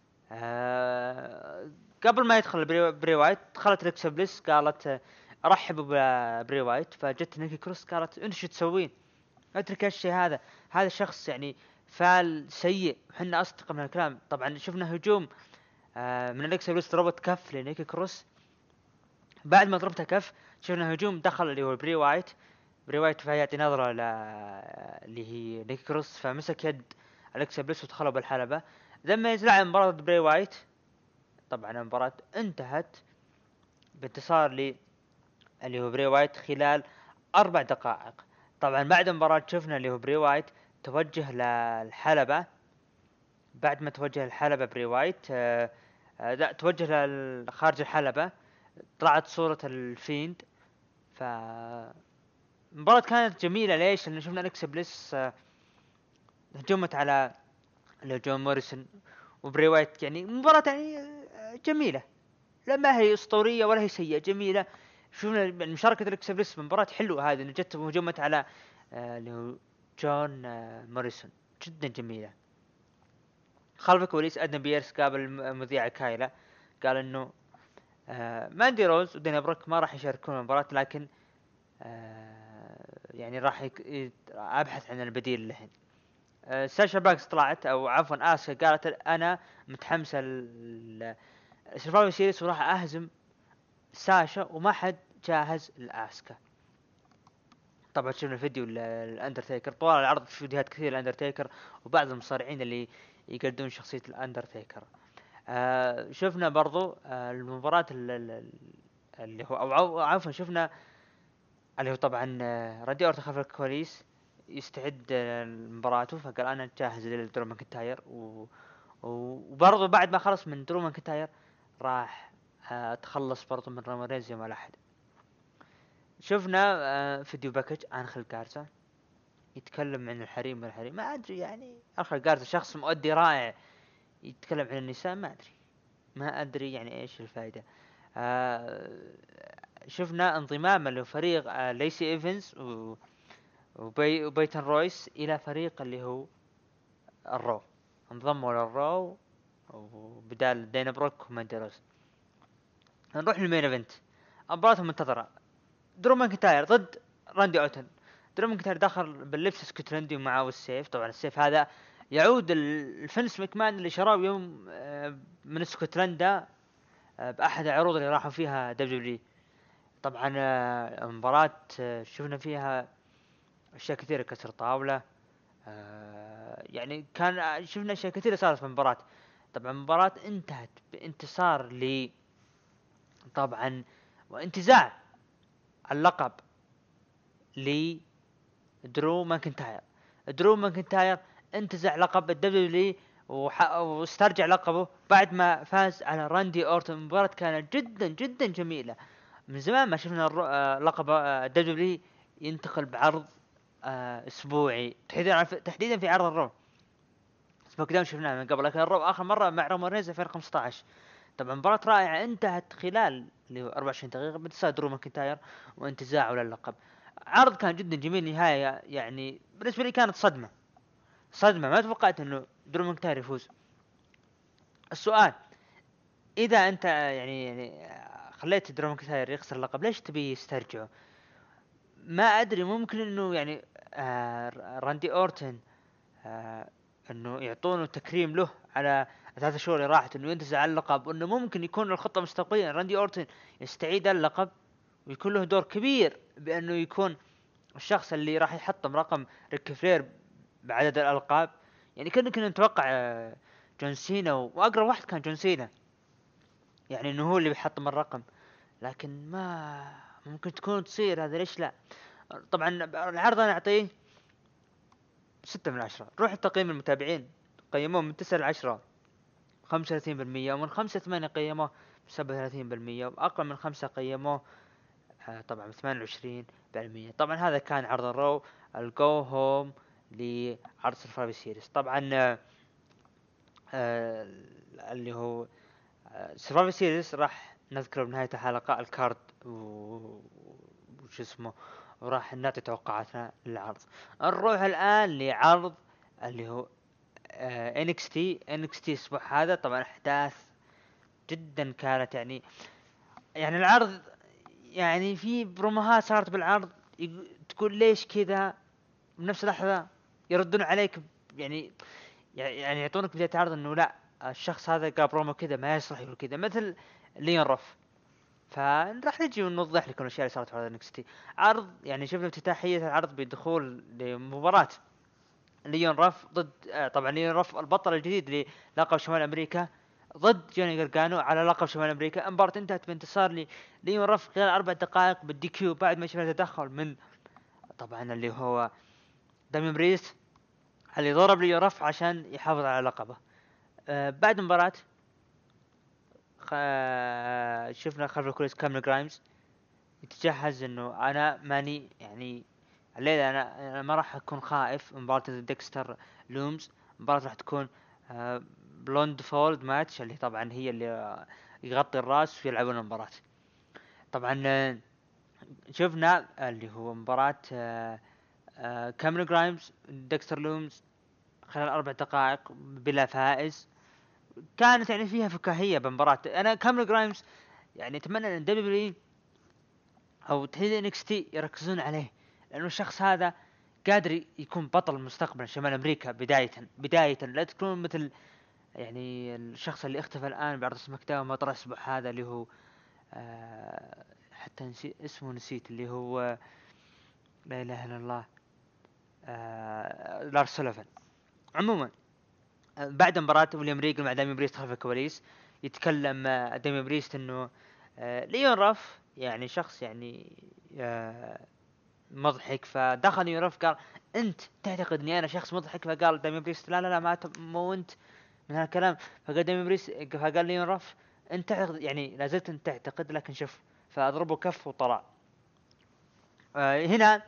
قبل ما يدخل بري وايت دخلت ريكسا بليس قالت ارحب ببري وايت. فجت نيكي كروس قالت انت شو تسوين؟ اترك الشيء هذا، هذا شخص يعني فعل سيء وحنا اصدقاء من الكلام. طبعا شفنا هجوم من اليكسا بليس ضربت كف لنيكي كروس. بعد ما ضربتها كف شفنا هجوم دخل اللي هو بري وايت فيعطي نظرة اللي هي نيكي كروس فمسك يد اليكسا بليس ودخلوا بالحلبة. لما يزرع مباراة بري وايت طبعا المباراة انتهت بانتصار اللي هو بري وايت خلال 4 دقائق. طبعا بعد المباراة شفنا اللي هو بري وايت توجه للحلبة. بعد ما توجه للحلبة بري وايت لا توجه خارج الحلبة طلعت صورة الفيند. المباراة كانت جميلة ليش؟ لأن شفنا أليكسا بليس هجمت على جون موريسون وبري وايت. يعني مباراة يعني جميلة، لا ما هي اسطورية ولا هي سيئة، جميلة. شفنا مشاركة أليكسا بليس بمباراة حلوة هذه، جت وهجمت على اللي هو جون موريسون، جدا جميلة. خلف الكواليس أدنى بيرس قابل المذيعة كايلا قال إنه ماندي روز ودينا بروك ما راح يشاركون المباراة، لكن يعني راح ابحث عن البديل لهن. ساشا باكس طلعت، او عفوا اسكا قالت انا متحمسه السرفايفر سيريس وراح اهزم ساشا وما حد جاهز لاسكا. طبعا شفنا فيديو الاندرتيكر طوال العرض، في فيديوهات كثير الاندرتيكر وبعض المصارعين اللي يقدمون شخصيه الاندرتيكر. شفنا برضو المباراة اللي هو او عفوا شفنا اللي هو طبعا راندي اورتن خلف الكواليس يستعد لمباراته، فقال انا جاهز للدرو ماكنتاير وبرضو بعد ما خلص من درو ماكنتاير راح تخلص برضو من رامريز يوم الاحد. شفنا فيديو باكج انخل جارزا يتكلم عن الحريم والحريم، ما ادري يعني انخل جارزا شخص مؤدي رائع يتكلم عن النساء، ما ادري يعني ايش الفائده. شفنا انضمام لفريق ليسي ايفنز وبيتن رويس الى فريق اللي هو الرو، انضموا للرو وبدال دينا بروك وماندي روز. نروح للمين ايفنت، مباراة منتظرة درو ماكنتاير ضد راندي اوتن. درو ماكنتاير داخل باللبس اسكتلندي ومعه السيف، طبعا السيف هذا يعود الفنس مكمان اللي شراه يوم من اسكتلندا باحد العروض اللي راحوا فيها دبليو. طبعا مباراة شفنا فيها اشياء كثيرة، كسر طاولة، يعني كان شفنا اشياء كثيرة صارت في المباراة. طبعا المباراة انتهت بانتصار طبعا وانتزاع اللقب لدرو ماكنتاير. درو ماكنتاير انتزع لقب الدبليو واسترجع لقبه بعد ما فاز على راندي اورتون. المباراة كانت جدا جدا جميلة، من زمان ما شفنا لقب الدبليو ينتقل بعرض اسبوعي، تحديدا في عرض الرو. سماك داون شفناه من قبل، لكن الرو اخر مره مع رومان رينز 2015. طبعا مباراة رائعة انتهت خلال اللي هو 24 دقيقة بانتصار درو ماكنتاير وانتزاعه للقب. عرض كان جدا جميل، نهاية يعني بالنسبة لي كانت صدمة، ما توقعت انه درو ماكنتاير يفوز. السؤال، اذا انت يعني خليت درو ماكنتاير يخسر اللقب ليش تبي يسترجعه؟ ما ادري، ممكن انه يعني راندي اورتن انه يعطونه تكريم له على 3 شهور اللي راحت انه ينتزع اللقب، وانه ممكن يكون الخطة مستقبليا راندي اورتن يستعيد اللقب ويكون له دور كبير بانه يكون الشخص اللي راح يحطم رقم ريك فلير بعدد الالقاب. يعني كنا نتوقع جون سينا، واقرب واحد كان جون سينا، يعني انه هو اللي بيحطم الرقم، لكن ما ممكن تكون تصير هذا، ليش لا؟ طبعا العرض انا اعطيه 6/10. روح تقييم المتابعين قيموه من 9 ل10 35%، ومن 5-8 قيموه 37%، وأقل من 5 قيموه طبعا 28%. طبعا هذا كان عرض الرو الجو هوم لعرض سرفايفر سيريس. طبعا اللي هو سرفايفر سيريس راح نذكره بنهاية الحلقة الكارد وش اسمه، وراح نعطي توقعاتنا للعرض. نروح الآن لعرض اللي هو NXT الاسبوع هذا. طبعا احداث جدا كانت يعني العرض يعني في بروموهات صارت بالعرض تقول ليش كذا، بنفس اللحظة يردون عليك يعني يعطونك بداية العرض انه لا الشخص هذا قال برومو كذا ما يصلح يقول كذا، مثل ليون رف. فراح نجي ونوضح لكم الاشياء اللي صارت في عرض NXT. عرض يعني شفنا افتتاحية العرض بدخول لمباراة ليون رف ضد طبعا ليون رف البطل الجديد للقب شمال امريكا ضد جوني غارغانو على لقب شمال امريكا. المباراة انتهت بانتصار ليون رف خلال 4 دقائق بالدي كيو، بعد ما شفنا تدخل من طبعا اللي هو دامين بريست اللي ضرب ليون رف عشان يحافظ على لقبه. بعد المباراة شفنا خلف الكواليس كاميرون جرايمز يتجهز انه انا ماني يعني الليلة انا ما راح اكون خائف. مباراة ديكستر لومز مباراة راح تكون بلوند فولد ماتش، اللي طبعا هي اللي يغطي الراس ويلعبون المباراة. طبعا شفنا اللي هو مباراة كاميرون جرايمز ديكستر لومز خلال 4 دقائق بلا فائز. كانت يعني فيها فكاهية بمباراة. انا كاميرون جرايمز يعني اتمنى ان دبليو او تحديدا انكس تي يركزون عليه، لانه الشخص هذا قادر يكون بطل مستقبلا شمال امريكا بداية لا تكون مثل يعني الشخص اللي اختفى الان بعرض سماك داون مطرح الاسبوع هذا اللي هو حتى اسمه نسيت، اللي هو لا اله الا الله لارس سوليفان. عموما بعد مباراة ويليام ريجل مع دامي بريست خلف الكواليس يتكلم دامي بريست انه ليون راف يعني شخص يعني مضحك، فدخل ليون راف قال انت تعتقد اني انا شخص مضحك؟ فقال دامي بريست لا لا لا ما مو انت من هالكلام. فقال دامي بريست، فقال ليون راف انت تعتقد يعني لازلت انت تعتقد، لكن شوف، فاضربه كف وطلع. هنا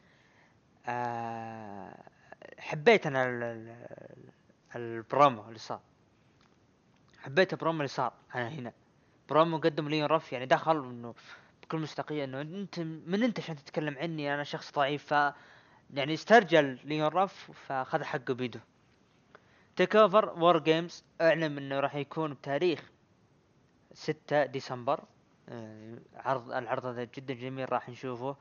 حبيت انا البرومو اللي صار، حبيت البرومو اللي صار. انا هنا برومو قدم لي رف، يعني دخل انه بكل مصداقيه انه انت عشان تتكلم عني انا شخص ضعيف، ف يعني استرجل لي رف فاخذ حقه بيده. تيك اوفر وور جيمز اعلن انه راح يكون بتاريخ 6 ديسمبر. العرض هذا جدا جميل راح نشوفه.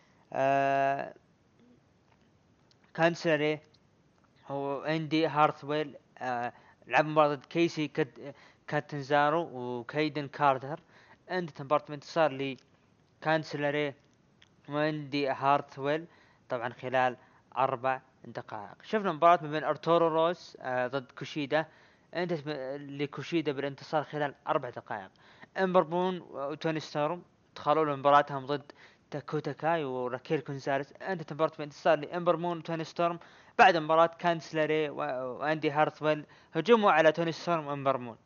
كانسلري هو اندي هارثويل لعب مباراة ضد كيسي كاتنزارو وكايدن كارتر. عند مباراة انتصار لي كانسلري واندي هارثويل طبعا خلال 4 دقائق. شفنا مباراة ما بين ارتورو روس ضد كوشيدا، انتهت لكوشيدا بالانتصار خلال 4 دقائق. امبر بون وتوني ستورم دخلوا مباراتهم ضد تاكوتا كاي وراكيل كونزاليس، انتهت مباراة بانتصار لامبر بون وتوني ستورم. بعد مباراة كانسلري واندي هارثويل هجموا على توني ستورم وامبر بون.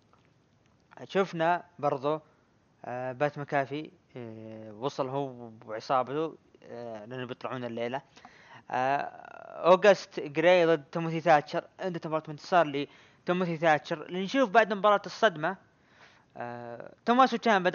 شفنا برضو بات مكافي وصل هو وعصابته لأنه بيطلعون الليلة. أوغست جراي ضد توموثي ثاتشر، عنده مباراة انتصار لتوموثي ثاتشر. اللي نشوف بعد مباراة الصدمة توماسو تشامبا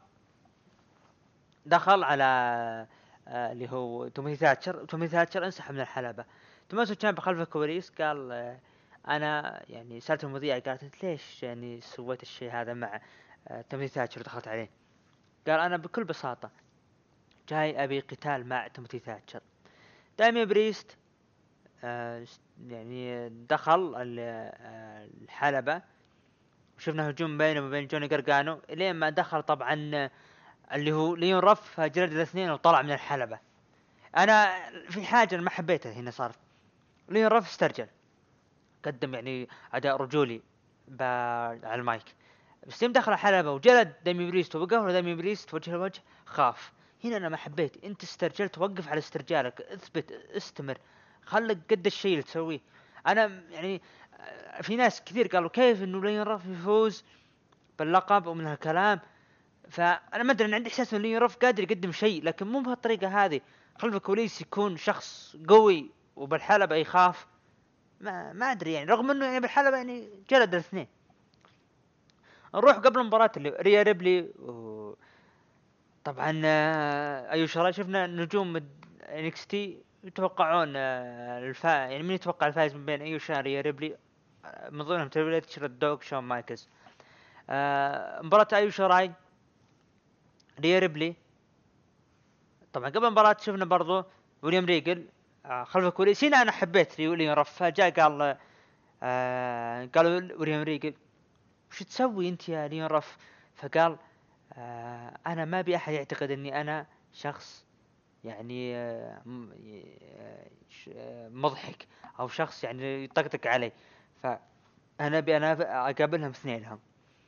دخل على اللي هو توموثي ثاتشر انسحب من الحلبة. توماسو تشامبا خلف الكواليس قال انا يعني سالت المذيعة قالت انت ليش يعني سويت الشيء هذا مع توموثي ثاتشر ودخلت عليه؟ قال انا بكل بساطة جاي ابي قتال مع توموثي ثاتشر. دامي بريست يعني دخل الحلبة وشفنا هجوم بينه وبين جوني قرقانو لين ما دخل طبعا اللي هو ليون رف جلد الاثنين وطلع من الحلبة. انا في حاجة ما حبيتها هنا صارت، ليون رف استرجل قدم يعني اداء رجولي على المايك، بس يوم دخل الحلبة وجلد دامي بريست وبقهر دامي بريست وجه لوجه خاف. هنا انا ما حبيت، انت استرجلت وقف على استرجالك، اثبت استمر، خلك قد الشيء اللي تسويه. انا يعني في ناس كثير قالوا كيف انه لين رف يفوز باللقب ومن هالكلام، فانا ما ادري، انا عندي احساس انه لين رف قادر يقدم شيء لكن مو بهالطريقه هذه. خلف الكواليس يكون شخص قوي وبالحلبة يخاف، ما ادري يعني، رغم انه يعني بالحلبة يعني جلد الاثنين. نروح قبل مباراة اللي ريا ريبلي طبعا ايو شراي. شفنا نجوم انكس تي يتوقعون يعني من يتوقع الفائز من بين ايو شراي ريا ريبلي؟ من ضمنهم تريبل اتش الدوغ شون مايكلز. مباراة ايو شراي ريا ريبلي طبعا قبل المباراة شفنا برضو ويليام ريجل خلف الكواليس. هنا انا حبيت ويليام رف جاء قال قالوا ويليام ريجل وش تسوي انت يا ليون رف؟ فقال انا ما بي احد يعتقد اني انا شخص يعني مضحك او شخص يعني يطقطق علي، فانا انا اقابلهم اثنينهم.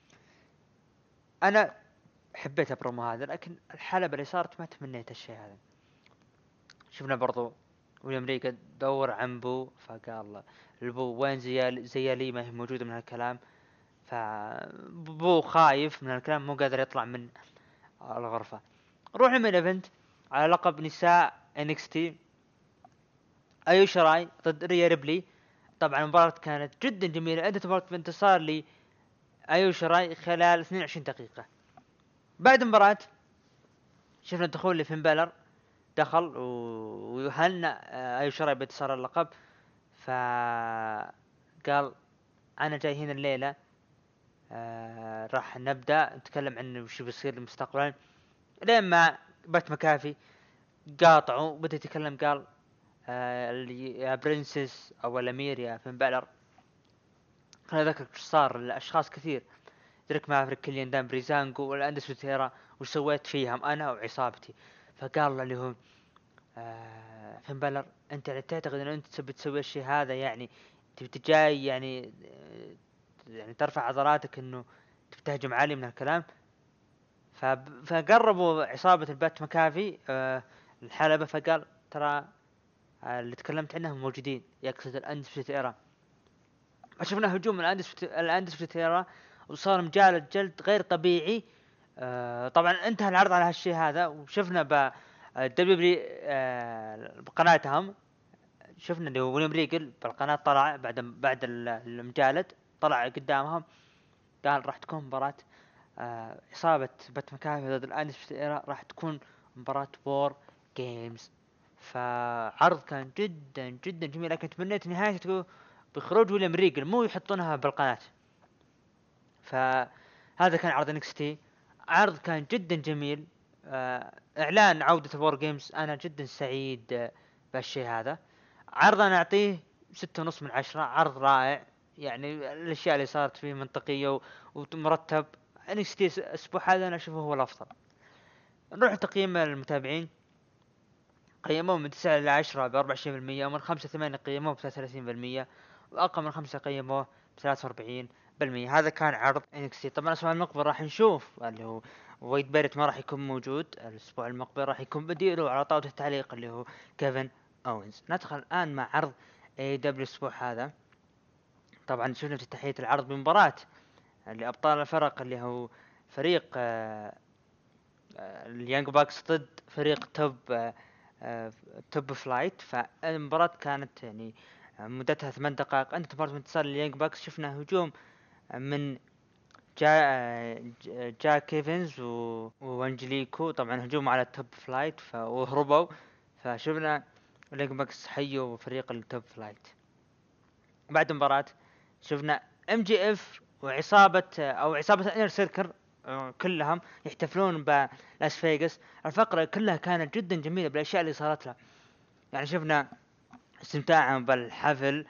انا حبيت البرومو هذا لكن الحلبة اللي صارت ما تمنيت الشيء هذا. شفنا برضو ويليام ريجل دور عن بو، فقال البو وين زيالي ما هي موجودة من هالكلام، فبو خايف من الكلام مو قادر يطلع من الغرفة. نروح من ايفنت على لقب نساء NXT، ايو شراي ضد ريا ريبلي. طبعا المباراة كانت جدا جميلة، ادت مباراة بانتصار لي ايو شراي خلال 22 دقيقة. بعد المباراة شفنا دخول لفين بالر، دخل ويهنأ ايو شراي بانتصار اللقب، فقال انا جاي هنا الليلة راح نبدأ نتكلم عن وش بيصير مستقبلا، لين ما بات مكافي قاطعوا بدأ يتكلم قال اللي يا برنسس او الامير يا فين بالر. خليني اذكرك وش صار لاشخاص كثير، دريك مافريك كليان دان بريزانجو والاندس وتيرا وش سويت فيهم انا وعصابتي. فقال له اللي هو فين بالر انت تعتقد ان انت تبي تسوي الشيء هذا، يعني تبي تجاي يعني يعني ترفع عضلاتك انه تبي تهجم علي من الكلام. فقربوا عصابة البات مكافي الحلبة، فقال ترى اللي تكلمت عنهم موجودين، يقصد الاندس ايرا. شفنا هجوم الاندس ايرا وصار مجالد جلد غير طبيعي. طبعا انتهى العرض على هالشيء هذا، وشفنا ب دبليو بقناتهم، شفنا اللي هو ويليام ريجل بالقناة طلع بعد المجالد، طلع قدامهم قال راح تكون مباراة عصابة بات مكافي ضد الاندس ايرا، راح تكون مباراة وور جيمز. فعرض كان جدا جدا جميل، لكن تمنيت نهايته بخروج ويليام ريجل مو يحطونها بالقناة. فهذا كان عرض NXT، عرض كان جدا جميل. اعلان عودة الوور جيمز، انا جدا سعيد بالشيء هذا. عرض انا اعطيه 6.5/10، عرض رائع، يعني الاشياء اللي صارت فيه منطقية ومرتب. NXT الاسبوع هذا انا اشوفه هو الافضل. نروح تقييم المتابعين، قيموه من 9 إلى 10 ب24%، ومن 5-8 قيموه ب33%، وأقل من 5 قيموه ب43%. هذا كان عرض NXT. طبعا الأسبوع المقبل راح نشوف اللي هو ويد بيرت ما راح يكون موجود الأسبوع المقبل، راح يكون بديله على طاولة التعليق اللي هو كيفن أوينز. ندخل الآن مع عرض AEW الأسبوع هذا. طبعا شفنا افتتاحية العرض بمباراة لأبطال الفرق اللي هو فريق اليانج باكس ضد فريق توب فلايت. فالمباراة كانت يعني مدتها 8 دقائق. انت مباراة انتصار اليانج باكس، شفنا هجوم من جاك ايفنز وانجليكو، طبعا هجوم على التوب فلايت وهربوا. فشفنا اليانج باكس حيوا فريق التوب فلايت. بعد المباراة شفنا MJF وعصابة او عصابة انر سيركل كلهم يحتفلون بلاس فيغاس. الفقرة كلها كانت جدا جميلة بالاشياء اللي صارت لها، يعني شفنا استمتاعهم بالحفل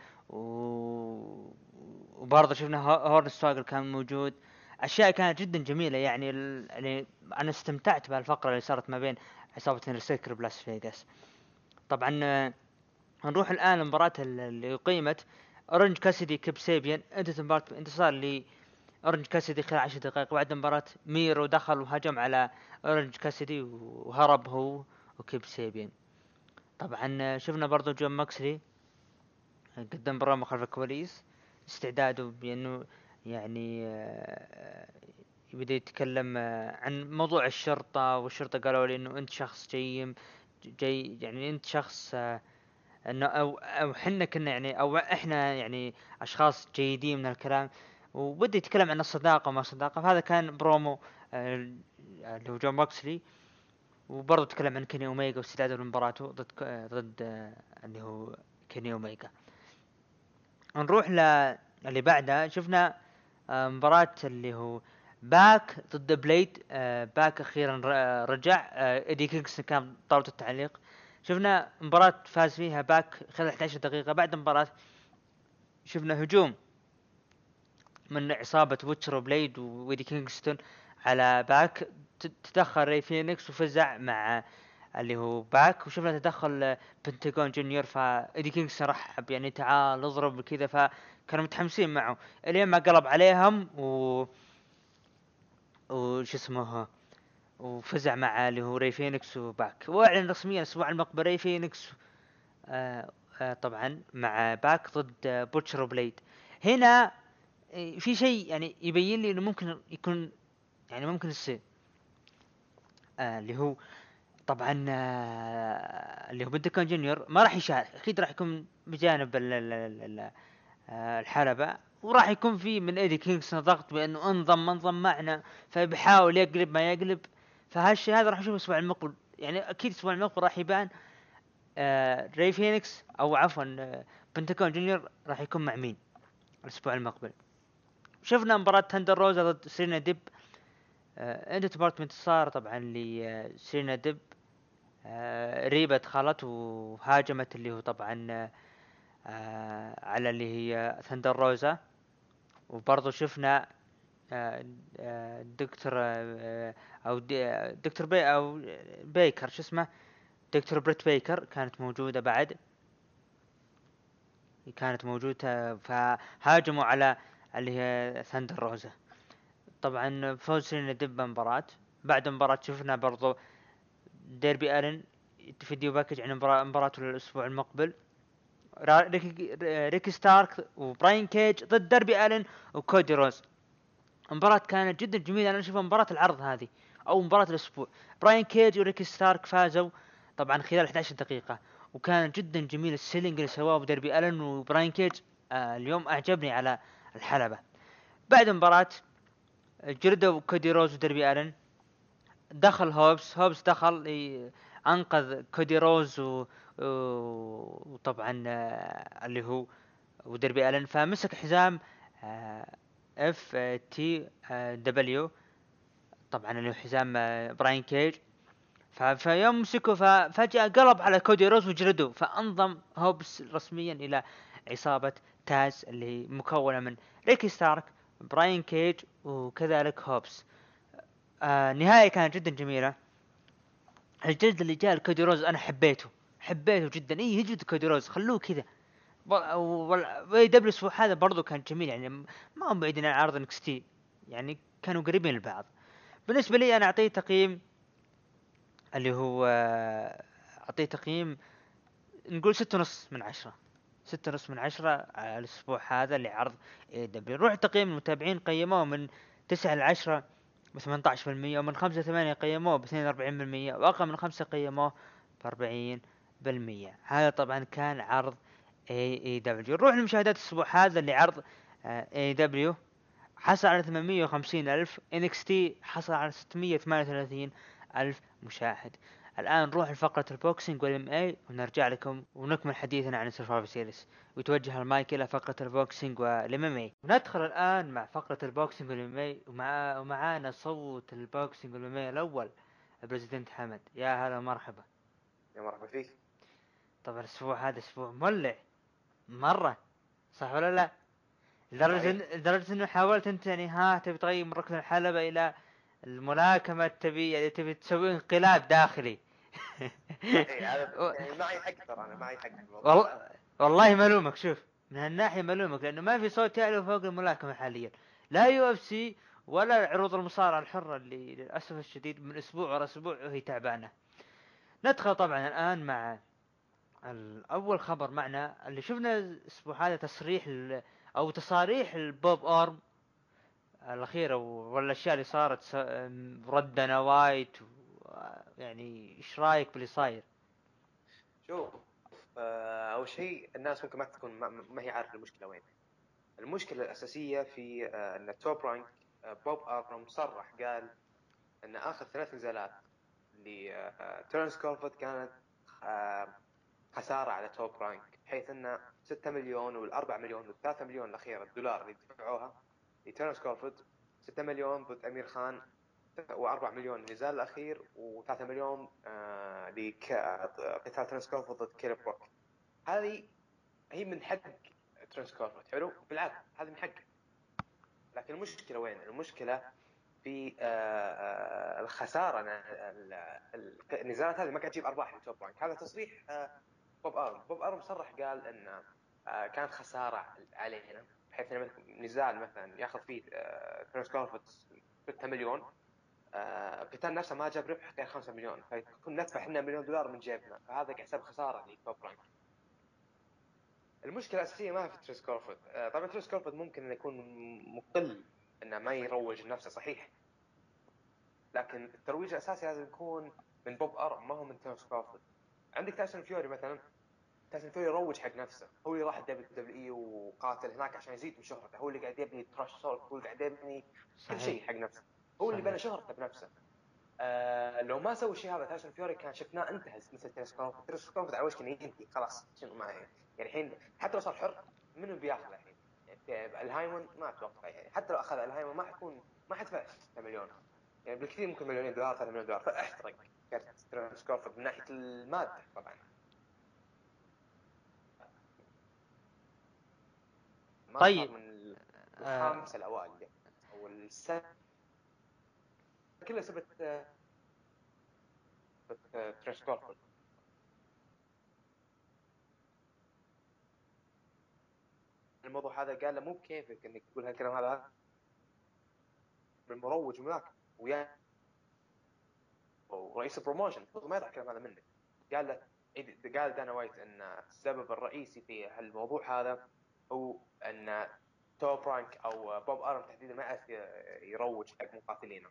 وبرضه شفنا هورن ستراجل كان موجود. اشياء كانت جدا جميلة، يعني يعني انا استمتعت بالفقرة اللي صارت ما بين عصابة انر سيركل وبلاس فيغاس. طبعا نروح الان لمباراة اللي قيمت اورنج كاسيدي كيب سيبيان. انتصار لي اورنج كاسيدي خلال 10 دقائق. بعد المباراة ميرو دخل وهجم على اورنج كاسيدي وهرب هو وكيب سيبيان. طبعا شفنا برضو جون ماكسلي قدم برامج خلف الكواليس استعداده بانه يعني يبدأ يتكلم عن موضوع الشرطة، والشرطة قالوا لي انه انت شخص جيد، يعني انت شخص انه او حنا كنا يعني او احنا يعني اشخاص جيدين من الكلام. وبدأ يتكلم عن الصداقة وما صداقة. فهذا كان برومو اللي هو جون ماكسلي. وبرضه تكلم عن كيني اوميجا واستعداده لمباراته ضد اللي هو كيني اوميجا. نروح اللي بعدها. شفنا مباراة اللي هو باك ضد بليد. باك اخيرا رجع. ايدي كينغستون كان طاولة التعليق. شفنا مباراة فاز فيها باك خلال 11 دقيقة. بعد المباراة شفنا هجوم من عصابة بوتشر وبليد وإيدي كينغستون على باك. تدخل ري فينيكس وفزع مع اللي هو باك. وشفنا تدخل بنتاغون جونيور، فإيدي كينغستون رحب يعني تعال اضرب كذا، فكانوا متحمسين معه الين ما قلب عليهم وش اسمه وفزع مع اللي هو ري فينيكس وباك. واعلن رسميا الاسبوع المقبل ري فينيكس طبعا مع باك ضد بوتشر وبليد. هنا في شيء يعني يبين لي انه ممكن يكون يعني ممكن يصير اللي هو طبعا اللي هو بنتكون جونيور ما راح يشارك، اكيد راح يكون بجانب الحلبة. وراح يكون في من ايدي كينغستون ضغط بانه انضم معنا، فبيحاول يقلب ما يقلب. فهالشيء هذا راح نشوفه الاسبوع المقبل، يعني اكيد الاسبوع المقبل راح يبان ري فينيكس او عفوا بنتكون جونيور راح يكون مع مين الاسبوع المقبل. شفنا مباراة ثاندر روزا ضد سيرينا ديب. اند ديبارتمنت صار طبعا لسيرينا ديب. ريبا دخلت وهاجمت اللي هو طبعا على اللي هي ثاندر روزا. وبرضه شفنا دكتور او دكتور او بيكر، شو اسمه، دكتور بريت بيكر كانت موجودة بعد، كانت موجودة، فهاجموا على اللي هي ثاندر روزا. طبعا فوز سيرينا ديب مباراة. بعد مباراة شفنا برضو ديربي ألين فيديو باكج عن مباراته الأسبوع المقبل. ريكي ستارك وبراين كيج ضد ديربي ألين وكودي روز. مباراة كانت جدا جميلة. أنا أشوفها مباراة العرض هذه أو مباراة الأسبوع. براين كيج وريكي ستارك فازوا طبعا خلال 11 دقيقة، وكان جدا جميل السيلينج اللي سواه بديربي ألين وبراين كيج. اليوم أعجبني على الحلبة. بعد مباراة جردو وكودي روز وديربي ألين، دخل هوبس دخل أنقذ كودي روز وطبعا اللي هو وديربي ألين، فمسك حزام اف تي دبليو طبعا اللي هو حزام براين كيج. فيوم مسكه ففجأة قلب على كودي روز وجلده، فانضم هوبس رسميا الى عصابة تاز اللي هي مكونة من ريكي ستارك، براين كيج وكذلك هوبس. نهاية كانت جدا جميلة. الجلد اللي جاء لكودي روز انا حبيته جدا. يجلد كودي روز، خلوه كذا. واي دبليو هذا برضو كان جميل، يعني ما هم بعيدين عن عرض NXT، يعني كانوا قريبين لبعض. بالنسبة لي انا اعطيه تقييم اللي هو اعطيه تقييم نقول 6.5/10. 6.5/10 على الاسبوع هذا اللي عرض AEW. نروح تقييم المتابعين، قيموه من 9 ل10 ب18%، ومن 5 ل8 قيموه ب42%، واقل من 5 قيموه ب40%. هذا طبعا كان عرض AEW. نروح لمشاهدات الاسبوع هذا اللي عرض AEW. حصل على 850,000. NXT حصل على 638,000 مشاهد. الآن نروح لفقرة البوكسينج والام اي ونرجع لكم ونكمل حديثنا عن السرفايفر سيريس. ويتوجه المايك إلى فقرة البوكسينج والام اي. وندخل الآن مع فقرة البوكسينج والام اي، ومعانا صوت البوكسينج والام اي الأول البريزيدنت حمد. يا هلا مرحبا. يا مرحبا فيك. طبعا الأسبوع هذا أسبوع مولع مرة، صح ولا لا؟ لدرجة انه حاولت انت يعني تبي تغير من ركن الحلبة الى الملاكمة، تبي يعني تبي تسوي انقلاب داخلي. ايه هذا يعني معي حق، ترى انا معي حق في الموضوع. والله ملومك. شوف من هالناحية ملومك، لانه ما في صوت يعلو فوق الملاكمة حاليا، لا UFC ولا عروض المصارعة الحرة اللي للأسف الشديد من اسبوع ورا اسبوع وهي تعبانة. ندخل طبعا الان مع اول خبر معنا اللي شفنا الاسبوع هذا، تصريح او تصاريح البوب ارم الاخيره والاشياء اللي صارت ردنا وايت. يعني ايش رايك باللي صاير؟ شوف، اول شيء الناس ممكن ما تكون ما هي عارفه المشكله وين. المشكله الاساسيه في ان توب رانك بوب ارم صرح قال ان اخر 3 نزالات لتيرنس كورفورد كانت خساره على توب رانك، بحيث ان 6 مليون وال4 مليون وال3 مليون الاخيره الدولار اللي دفعوها لتيرنس كورفورد، 6 مليون ضد امير خان، و4 مليون النزال الاخير، و3 مليون لقتال تيرنس كورفورد ضد كيل بروك. هذه هي من حق تيرنس كورفورد، حلو بالعكس هذه من حقه. لكن المشكله وين؟ المشكله في الخساره. النزالات هذه ما قاعد تجيب ارباح للتوب رانك. هذا تصريح بوب ارم صرح قال ان كانت خساره علينا، بحيث ان نزال مثلا ياخذ فيه تيرنس كورفورد 6 مليون، قتال نفسه ما جاب ربح غير 5 مليون، فكنا ندفع احنا $1 مليون من جيبنا، فهذا قاعد يحسب خساره للتوب رانك. المشكله الاساسيه ما في تريس كورفورد. طبعا تريس كورفورد ممكن انه يكون مقل انه ما يروج لنفسه، صحيح، لكن الترويج الاساسي لازم يكون من بوب ارم، ما هو من تريس كورفورد. عندك تايسون فيوري مثلا، تايسون فيوري يروج حق نفسه، هو اللي راح WWE وقاتل هناك عشان يزيد من شهرته، هو اللي قاعد يبني تراش سولت، هو اللي قاعد يبني كل شيء حق نفسه، هو اللي بنى شهرته بنفسه. لو ما سوي شيء هذا تايسون فيوري كان شفناه انتهز مثل تريس كورفورد على وشك انه ينتهي خلاص. شنو ما يعني الحين حتى لو صار حر منو بياخذه الحين؟ يعني الهايمن ما اتوقع يعني، حتى لو اخذ الهايمن ما حدفع 6 مليون يعني، بالكثير ممكن $2 مليون 3 مليون دولار، فاحترق كارت ترافيس كورفورد من ناحيه الماده طبعا. ما طيب. صار من الخامس الاوائل يعني. او السنه كلها سبت ترافيس كورفورد. الموضوع هذا قال له مو بكيفك انك تقول هالكلام هذا من مروج ملاك ويا ورئيس البروموشن، ما يطلع الكلام هذا منك. قال له قال دانا وايت ان السبب الرئيسي في هالموضوع هذا هو ان توب رانك او بوب ارم تحديدا ما يعرف يروج حق مقاتلينه.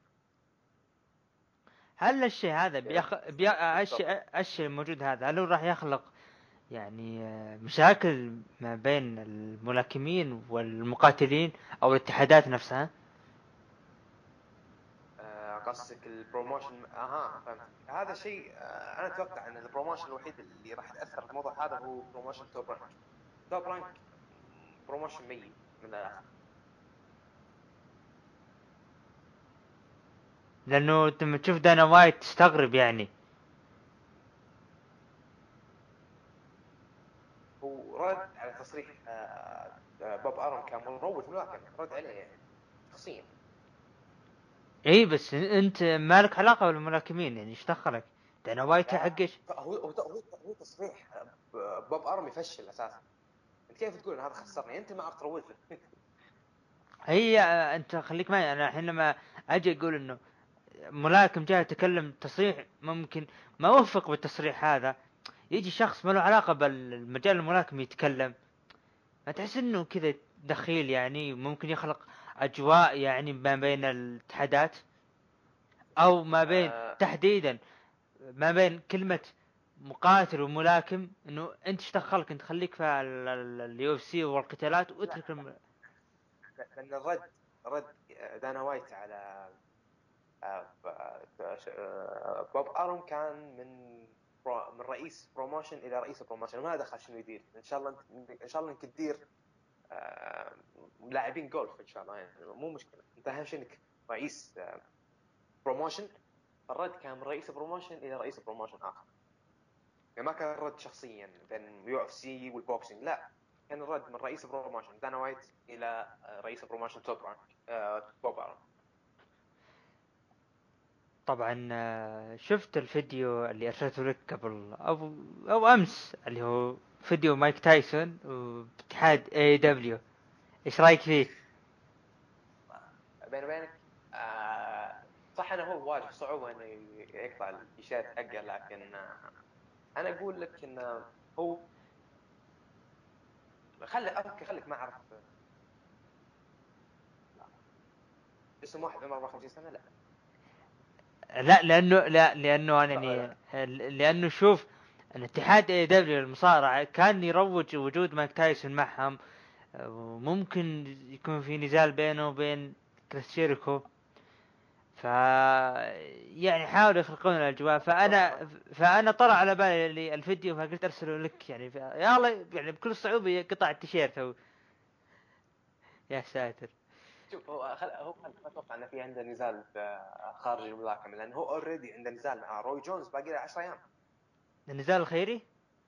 هل الشيء هذا الشيء الموجود هذا هل هو راح يخلق يعني مشاكل ما بين الملاكمين والمقاتلين او الاتحادات نفسها؟ قصدك البروموشن؟ فهمت. هذا شيء انا اتوقع ان البروموشن الوحيد اللي راح يتاثر بالموضوع هذا هو بروموشن توب رانك. توب رانك بروموشن ميت من الاخر، لانه لما تشوف دانا وايت تستغرب يعني. هو رد على تصريح بوب ارم كان مروج ملاكمه، رد عليه يعني شخصيا. اي بس انت مالك علاقه بالملاكمين يعني، ايش دخلك؟ دانا وايت حقش. هو تصريح بوب ارم يفشل اساسا. انت كيف تقول ان هذا خسرني؟ انت ما عرفت تروج له. هي انت خليك معي، انا الحين لما اجي اقول انه ملاكم جاء يتكلم تصريح ممكن ما اوفق بالتصريح هذا، يجي شخص ما له علاقه بالمجال الملاكم يتكلم، تحس انه كذا دخيل يعني، ممكن يخلق اجواء يعني ما بين الاتحادات او ما بين تحديدا ما بين كلمة مقاتل وملاكم، انه انت ايش دخلك؟ انت خليك في اليو اف سي والقتالات واترك لان رد دانا وايت على بوب ارم كان من رئيس بروموشن الى رئيس بروموشن، ما دخل شنو يدير. ان شاء الله انك تدير لاعبين جولف ان شاء الله يعني، مو مشكله. انت اهم شيء انك رئيس بروموشن. الرد كان من رئيس بروموشن الى رئيس بروموشن اخر يعني، ما كان الرد شخصيا بين يو اف سي والبوكسينج، لا كان الرد من رئيس بروموشن دانا وايت الى رئيس بروموشن توب رانك بوب ارم. طبعا شفت الفيديو اللي ارسلته لك قبل او امس، اللي هو فيديو مايك تايسون واتحاد اي دبليو، ايش رايك فيه؟ بيني وبينك صح انه هو واجه صعوبه انه يقطع التيشيرت حقه، لكن انا اقول لك انه هو خليك ما اعرف اسم واحد عمره 54 سنه. لا لانه انا يعني لانه شوف، الاتحاد اي دبليو المصارعه كان يروج وجود مايك تايسون معهم، وممكن يكون في نزال بينه وبين كريس جيريكو، ف يعني حاولوا يخلقون الاجواء. فانا طلع على بالي الفيديو فقلت ارسله لك يعني، يا الله يعني بكل صعوبه قطع التيشيرت هو. يا ساتر. شوف هو ما اتوقع انه في عنده نزال خارج الملاكمه، لانه هو اوريدي عنده نزال مع روي جونز باقي له 10 ايام. النزال الخيري؟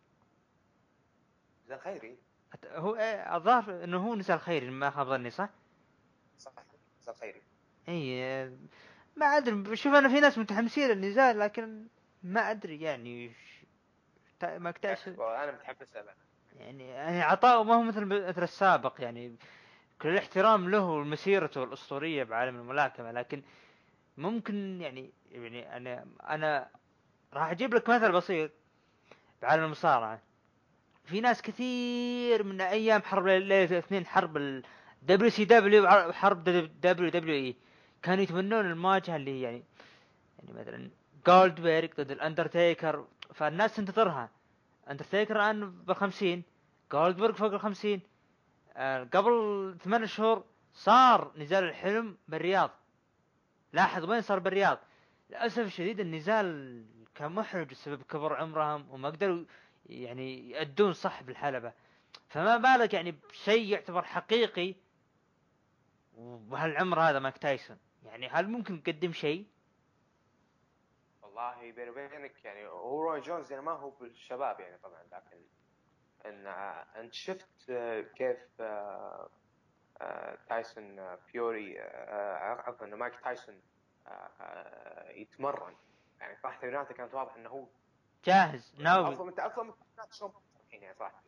نزال خيري. هو الظاهر انه هو نزال خيري ما خاب ظني، صح؟ صح نزال خيري. اي ما ادري، شوف انا في ناس متحمسين للنزال لكن ما ادري يعني ما اكتشف انا متحمس له يعني عطاؤه ما هو مثل السابق يعني، كل الاحترام له ومسيرته الاسطوريه بعالم الملاكمه، لكن ممكن يعني انا راح اجيب لك مثل بسيط بعالم المصارعه. في ناس كثير من ايام حرب ليله الاثنين، حرب ال WCW وحرب WWE، كانوا يتمنون المواجهه اللي يعني مثلا جولدبرغ ضد الاندرتيكر، فالناس تنتظرها. اندرتيكر الان ب50، جولدبرغ فوق ال50. قبل 8 شهور صار نزال الحلم بالرياض، لاحظ وين صار بالرياض. للاسف الشديد النزال كان محرج بسبب كبر عمرهم وما قدروا يعني يأدون صح بالحلبة. فما بالك يعني بشيء يعتبر حقيقي وبهالعمر هذا مايك تايسون. يعني هل ممكن يقدم شيء؟ والله بيني وبينك يعني هو روي جونز يعني ما هو بالشباب يعني طبعا، لكن ان انت شفت كيف تايسون فيوري عفوا مايك تايسون يتمرن. يعني صراحه تمريناته كانت واضح انه هو جاهز ناوي. افضل من شلون الحين يعني صراحه.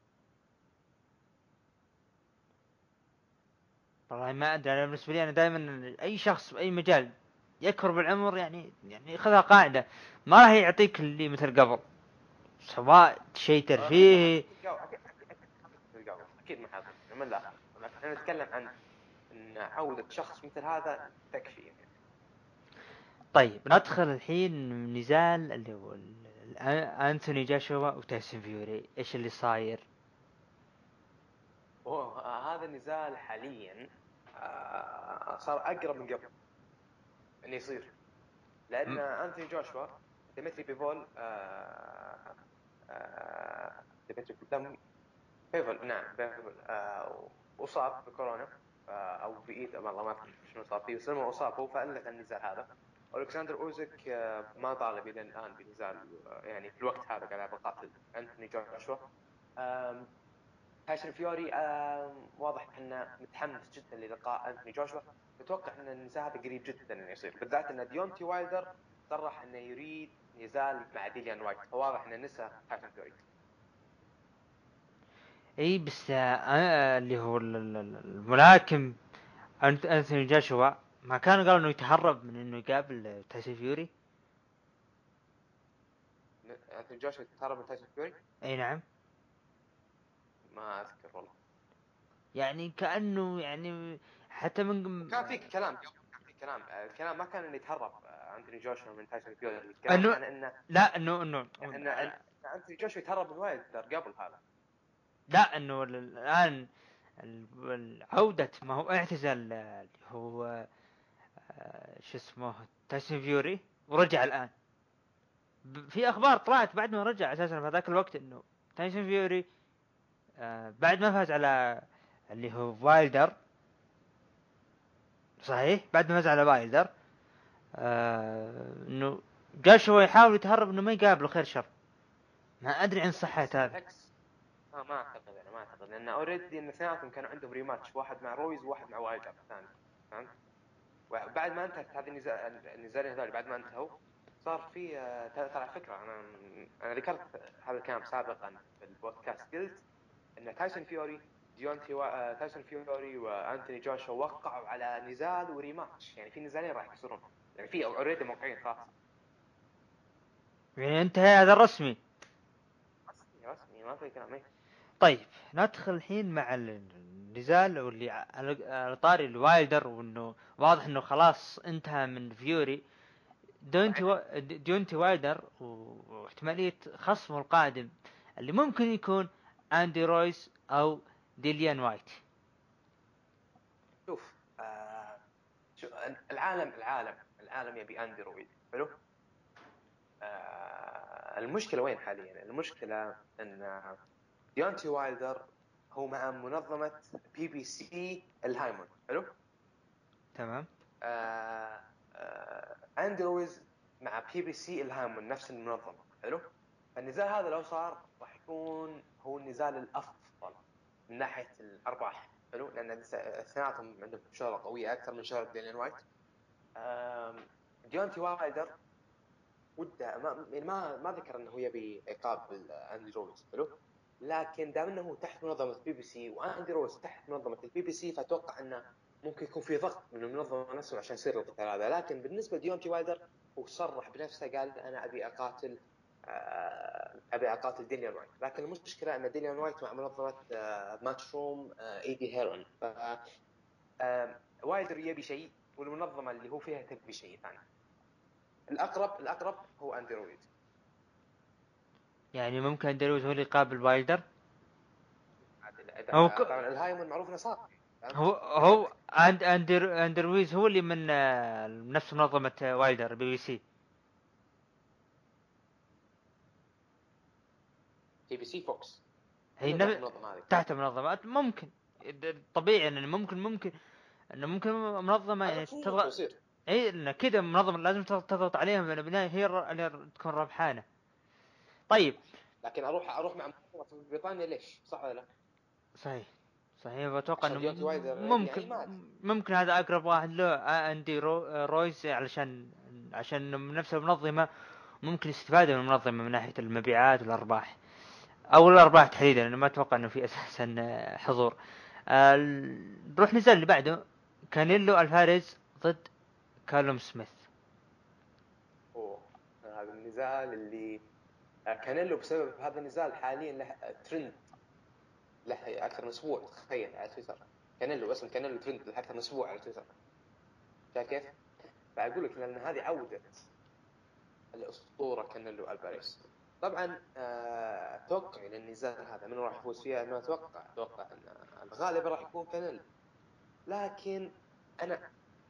والله ما ادري، انا بالنسبه لي انا دائما اي شخص باي مجال يكبر بالعمر يعني خذها قاعده، ما راح يعطيك اللي مثل قبل، سواء شيء ترفيهي. اكيد ما حاطط من الاخر، لكن احنا نتكلم عن ان عوده شخص مثل هذا تكفي يعني. طيب ندخل الحين نزال اللي هو انثوني جاشوا وتايسون فيوري، ايش اللي صاير؟ هذا النزال حاليا صار اقرب من قبل انه يصير، لان انثوني جوشوا ديمتري بيفول ديمتري بيفول نعم بيفول اصاب بكورونا او بايد والله ما اذكر شنو صار فيه، بس لما اصاب هو فالغى النزال هذا. ألكسندر أوزيك ما طالب إلى الآن بنزال يعني في الوقت هذا قاعد بقاتل أنثوني جوشوا. تايسون فيوري واضح انه متحمس جدا للقاء أنثوني جوشوا. اتوقع ان النزال هذا قريب جدا انه يصير، بالذات ان ديونتي وايلدر صرح انه يريد نزال مع ديليان وايت، فواضح انه نسى تايسون فيوري. اي بس اللي هو الملاكم انثوني جاشوا ما كانوا قالوا انه يتهرب من انه يقابل تايسون فيوري؟ أنثوني جوشوا يتهرب من تايسون فيوري؟ اي نعم. ما اذكر والله. يعني كأنه يعني حتى من كان في كلام الكلام ما كان انه يتهرب أنثوني جوشوا من تايسون فيوري، الكلام انه كان انه لا انه أنثوني جوشوا يتهرب من وايلدر قبل هذا. لا انه الان عودة ما هو اعتزل اللي هو شو اسمه تايسون فيوري ورجع الان. في اخبار طلعت بعد ما رجع اساسا في ذاك الوقت انه تايسون فيوري بعد ما فاز على اللي هو وايلدر، صحيح بعد ما فاز على وايلدر انه جاشوا يحاول يتهرب انه ما يقابله خير شر. ما ادري عن صحة هذا. ما اعتقد لان اوريدي ان اثنيناتهم كانوا عندهم ريماتش، واحد مع رويز وواحد مع وايلدر ثاني، فهمت؟ وبعد ما انتهت هذه النزالين هذول بعد ما انتهوا صار في ترى فكره، انا ذكرت هذا الكلام سابقا في البودكاست، قلت ان تايسون فيوري تايسون فيوري وانتوني جوشوا وقعوا على نزال وريماتش، يعني في نزالين راح يصيرون، يعني في اوريدي موقعين خلاص. يعني انتهى هذا الرسمي. رسمي ما في كلام. طيب ندخل الحين مع النزال واللي على طاري الوايلدر، وانه واضح انه خلاص انتهى من فيوري. ديونتي وايلدر واحتمالية خصمه القادم اللي ممكن يكون اندي رويس او ديليان وايت. شوف العالم يبي اندي رويد، حلو. المشكله وين حاليا؟ المشكله ان ديونتي وايلدر هو مع منظمه بي بي سي الهايمون، حلو. تمام. اندي رويز مع بي بي سي الهايمون نفس المنظمه، حلو. النزال هذا لو صار راح يكون هو النزال الافضل من ناحيه الارباح، حلو، لان اثنيناتهم عندهم شهره قويه اكثر من شهره ديلين وايت. ديونتي وايلدر وده ما ذكر انه يبي يقابل اندي رويز، حلو، لكن دام انه تحت منظمه بي بي سي واندي رويز تحت منظمه البي بي سي، فاتوقع انه ممكن يكون في ضغط من المنظمه نفسه عشان يصير القتال هذا. لكن بالنسبه لديونتي وايلدر هو صرح بنفسه قال انا ابي اقاتل ديليان وايت، لكن المشكله ان ديليان وايت مع منظمه ماتش روم ايدي هيرون، ف وايلدر يبي شيء والمنظمه اللي هو فيها تبي شيء ثاني. الاقرب هو اندي رويد. يعني ممكن اندي رويز هو اللي يقابل وايلدر. طبعا الهايمون معروف انه صار هو اندرويز هو اللي من نفس منظمة وايلدر بي بي سي. بي بي سي فوكس. هي تحت المنظمة هذه. تحت منظمات ممكن طبيعي ان ممكن انه ممكن منظمه يعني تضغط. يصير. اي لان كذا منظمه لازم تضغط عليهم، لان بالنهايه هي اللي تكون ربحانه. طيب لكن اروح مع منظمة في بريطانيا ليش؟ صح ولا لا؟ صحيح بتوقع عشان انه ديونتي وايلدر يعني ما أدري. ممكن هذا اقرب واحد له اندي رويز، عشان إنه من نفس المنظمه، ممكن يستفادوا من المنظمه من ناحيه المبيعات والارباح، او الارباح تحديدا، لانه ما اتوقع انه في اساسا حضور. نروح نزال اللي بعده، كانيلو الفاريز ضد كالوم سميث. اوه هذا النزال اللي كانيلو بسبب هذا النزال حاليا له ترند له اكثر من اسبوع، تخيل على تويتر. كانيلو اسم كانيلو ترند له اكثر من اسبوع على تويتر. شايف كيف؟ فاقول لك لان هذه عوده الاسطوره كانيلو الفاريز. طبعا اتوقع ان النزال هذا من راح يفوز فيه؟ انه اتوقع ان الغالب راح يكون كانيلو، لكن انا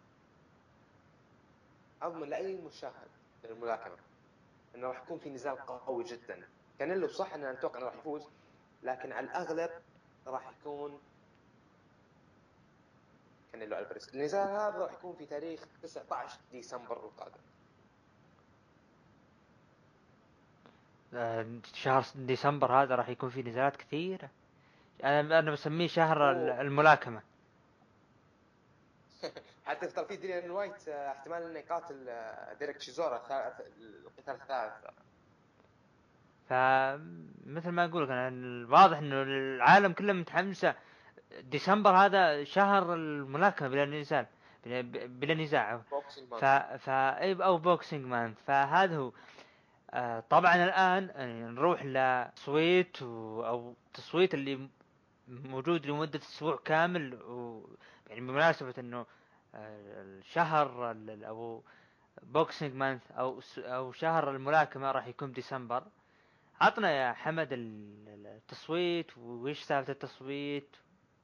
اضمن لاي مشاهد للملاكمه انه راح يكون في نزال قوي جدا. كانيلو صح ان اتوقع انه راح يفوز، لكن على الاغلب راح يكون كانيلو الفاريز. النزال هذا راح يكون في تاريخ 19 ديسمبر القادم. شهر ديسمبر هذا راح يكون فيه نزالات كثيره. انا بسميه شهر الملاكمه. حتى ترى في ديليان وايت احتمال انه يقاتل ديريك شيزورا القتال الثالث. فمثل ما اقول لك انا، الواضح انه العالم كله متحمسه. ديسمبر هذا شهر الملاكمه بلا نزاع. او بوكسينج مان، فهذا هو. طبعا الان نروح لتصويت او تصويت اللي موجود لمده اسبوع كامل، يعني بمناسبه انه الشهر او بوكسينج مانث او شهر الملاكمه راح يكون ديسمبر. عطنا يا حمد التصويت، وإيش سالفة التصويت؟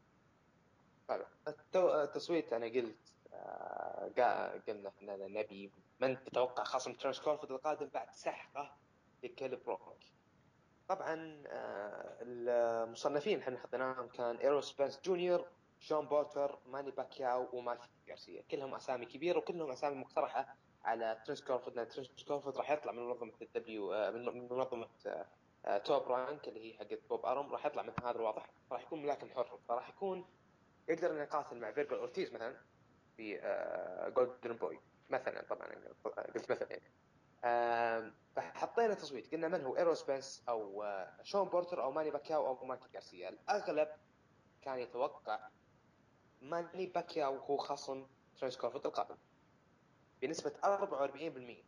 التصويت أنا قلت قلنا إحنا نبي من تتوقع خصم ترانس كورفورد القادم بعد سحقه لكيل بروك. طبعا المصنفين اللي حطيناهم كان ايرو سبنس جونيور، شون بورتر، ماني باكياو، ومايك غارسيا. كلهم أسامي كبيرة وكلهم أسامي مقترحة على ترانس كورفورد، لأن ترانس كورفورد راح يطلع من منظمة الدبليو من منظمة توب رانك اللي هي حقت بوب أرم، راح يطلع من هذا الواضح. راح يكون ملاكم حر، فراح يكون يقدر انه يقاتل مع فيرجل اورتيز مثلا في جولدن بوي مثلا. طبعا قلت مثلا يعني. فحطينا تصويت قلنا من هو، ايرو سبنس او شون بورتر او ماني باكياو او مايكل غارسيا. الاغلب كان يتوقع ماني باكياو هو خصم ترانس كورفورد القادم بنسبة 44%،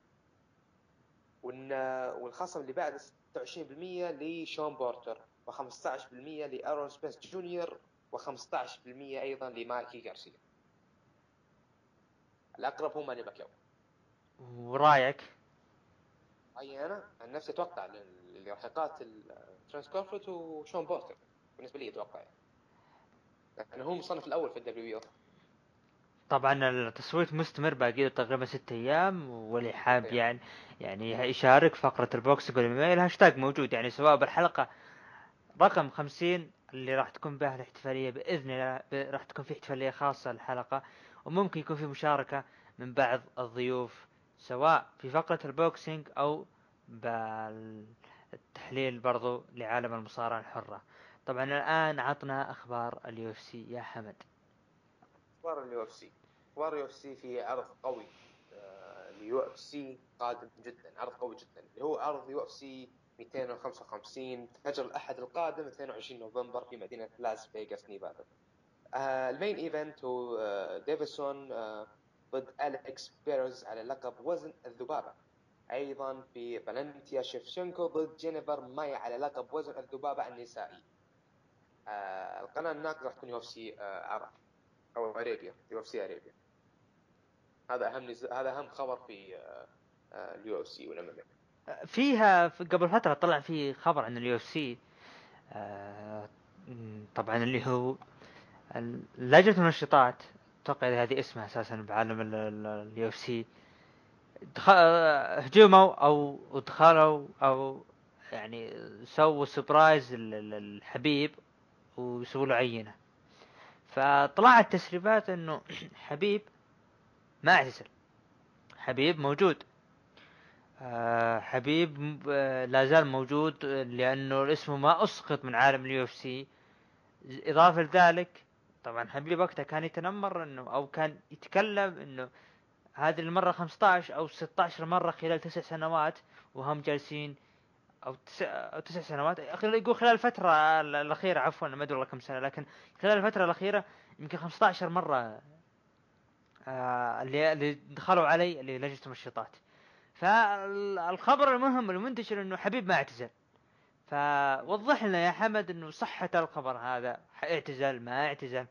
والخصم اللي بعد 26% لشون بورتر، و15% لأيرون سبنس جونيور، و15% أيضا لمايكي غارسيا. الأقرب هو ماني باكياو. ورايك؟ أي أنا عن نفسي أتوقع اللي راح يقاتل ترانس كورفورد وشون بورتر بالنسبة لي أتوقع يعني. لأنه هو مصنف الأول في الدبليو. طبعا التصويت مستمر باقي تقريبا 6 ايام، واللي حاب يعني يشارك فقرة البوكس بالإيميل هاشتاج موجود، يعني سواء بالحلقة رقم 50 اللي راح تكون بها الاحتفالية بإذن الله، راح تكون في احتفالية خاصة للحلقة، وممكن يكون في مشاركة من بعض الضيوف سواء في فقرة البوكسينج أو بالتحليل برضو لعالم المصارعة الحرة. طبعا الآن عطنا أخبار اليو اف سي يا حمد. أخبار اليو اف سي. أخبار اليو اف سي في عرض قوي اليو اف سي قادم جدا، عرض قوي جدا اللي هو عرض يو اف سي 255 فجر الأحد القادم 22 نوفمبر في مدينة لاس فيغاس نيفادا. المين ايفنت هو ديفيسون ضد أليكس بيرز على لقب وزن الذبابة. أيضا في فالنتيا شيفشنكو ضد جينيفر ماي على لقب وزن الذبابة النسائي. القناة الناقدة راح تكون يو اف سي عرب أو أريبيا، يو اف سي أريبيا. هذا أهم خبر في اليو اف سي والام ام. فيها قبل فترة طلع فيه خبر عن اليو اف سي، طبعا اللي هو لجنة المنشطات، اتوقع هذه اسمها اساسا بعالم اليو اف سي، هجموا او دخلوا او يعني سووا سبرايز الحبيب ويسووا له عينة. فطلعت تسريبات انه حبيب ما اعتزل، حبيب موجود. حبيب لا زال موجود لانه اسمه ما اسقط من عالم اليو اف سي. اضافة لذلك طبعا حبيب وقتها كان يتنمر انه او كان يتكلم انه هذه المرة 15 او 16 مرة خلال 9 سنوات وهم جالسين، او 9 سنوات، يقول خلال الفترة الاخيرة، عفوا ما ادري والله كم سنة، لكن خلال الفترة الاخيرة يمكن 15 مرة اللي دخلوا علي اللي لجنة المنشطات. فالخبر المهم المنتشر انه حبيب ما اعتزل. فوضح لنا يا حمد انه صحة الخبر هذا، اعتزل ما اعتزل؟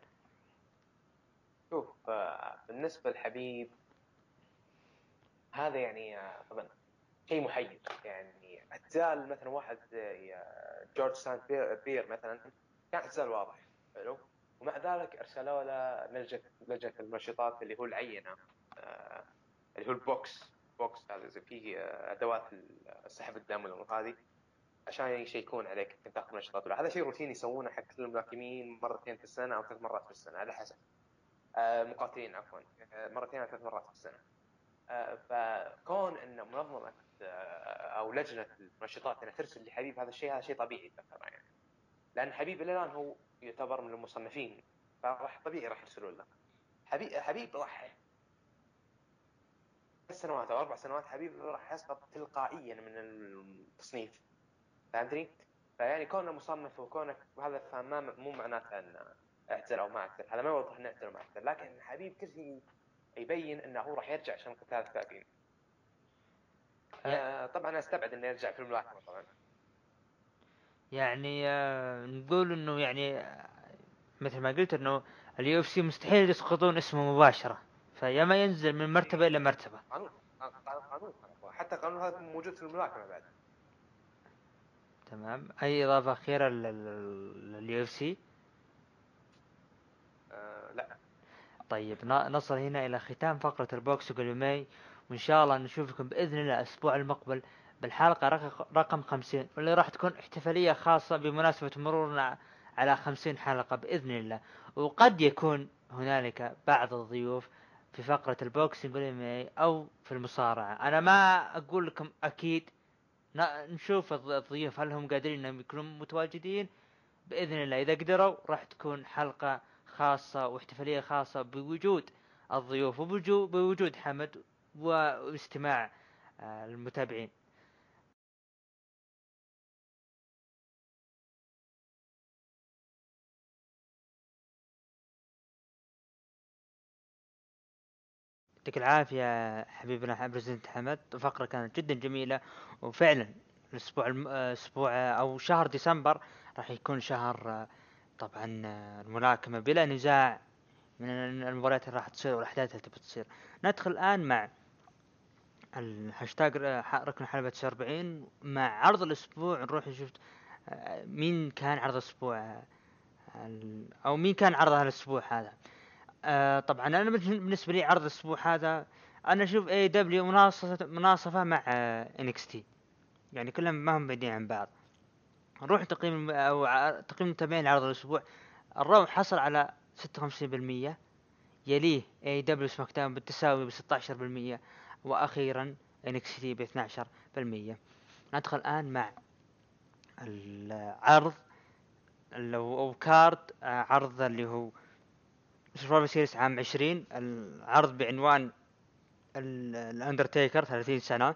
شوف، بالنسبة لحبيب هذا يعني طبعا شيء محير. يعني اعتزال مثلا واحد زي جورج سانت بير مثلا كان اعتزال واضح حلو، ومع ذلك ارسلوا له لجنة المنشطات اللي هو العينة، اللي هو البوكس هذا زي فيه ادوات سحب الدم والامور هذه عشان يشيكون عليك كنت تاخذ منشطات ولا. هذا شيء روتيني يسوونه حق كل الملاكمين مرتين في السنة او 3 مرات في السنة على حسب، مقاتلين عفوا، مرتين او 3 مرات في السنة. فكون ان منظمه او لجنه المنشطات انها ترسل لحبيب هذا شيء طبيعي ترى يعني، لان حبيب الى الان هو يعتبر من المصنفين، فراح طبيعي راح يرسلون له. حبيب راح 3 سنوات او 4 سنوات حبيب راح يسقط تلقائيا من التصنيف، فهمتني؟ فيعني كونه مصنف وكونه هذا فما مو معناته ان اعتزل او ما اعتزل، هذا ما يوضح انه اعتزل او ما اعتزل، لكن حبيب كل شيء يبين انه هو راح يرجع عشان قتال الثلاثين. طبعا استبعد انه يرجع في الملاكمه طبعا. يعني نقول انه يعني مثل ما قلت انه اليو اف سي مستحيل يسقطون اسمه مباشرة، فيا ما ينزل من مرتبة الى مرتبة. قانون حتى قانون هذا موجود في الملاكمه بعد. تمام. اي اضافة اخيرة لليو اف سي؟ لا. طيب نصل هنا الى ختام فقرة البوكس والمي، وان شاء الله نشوفكم باذن الله الاسبوع المقبل بالحلقة رقم 50، واللي راح تكون احتفالية خاصة بمناسبة مرورنا على 50 حلقة باذن الله. وقد يكون هنالك بعض الضيوف في فقرة البوكسينج والمي او في المصارعة. انا ما اقول لكم اكيد، نشوف الضيوف هل هم قادرين انهم يكونوا متواجدين. باذن الله اذا قدروا راح تكون حلقة خاصة واحتفالية خاصة بوجود الضيوف وبوجود حمد واستماع المتابعين. يعطيك العافية حبيبنا بريزنت حمد، فقرة كانت جدا جميلة. وفعلا اسبوع او شهر ديسمبر راح يكون شهر طبعا الملاكمة بلا نزاع من المباريات اللي راح تصير والاحداث اللي تبي تصير. ندخل الان مع الهاشتاج ركن حلبة 40 مع عرض الاسبوع. نروح نشوف مين كان عرض الاسبوع او مين كان عرض الاسبوع هذا. طبعا انا بالنسبه لي عرض الاسبوع هذا انا اشوف اي دبليو مناصفه مع انكس تي، يعني كلهم ما هم بعيدين عن بعض. نروح تقييم او تقييم متابعين عرض الاسبوع. الرو حصل على 56%، يليه اي دبليو سماك داون بالتساوي ب 16%، واخيرا انكس تي ب 12%. ندخل الان مع العرض او كارد عرض اللي هو سرفايفر سيريس عام 20، العرض بعنوان الاندرتيكر 30 سنة.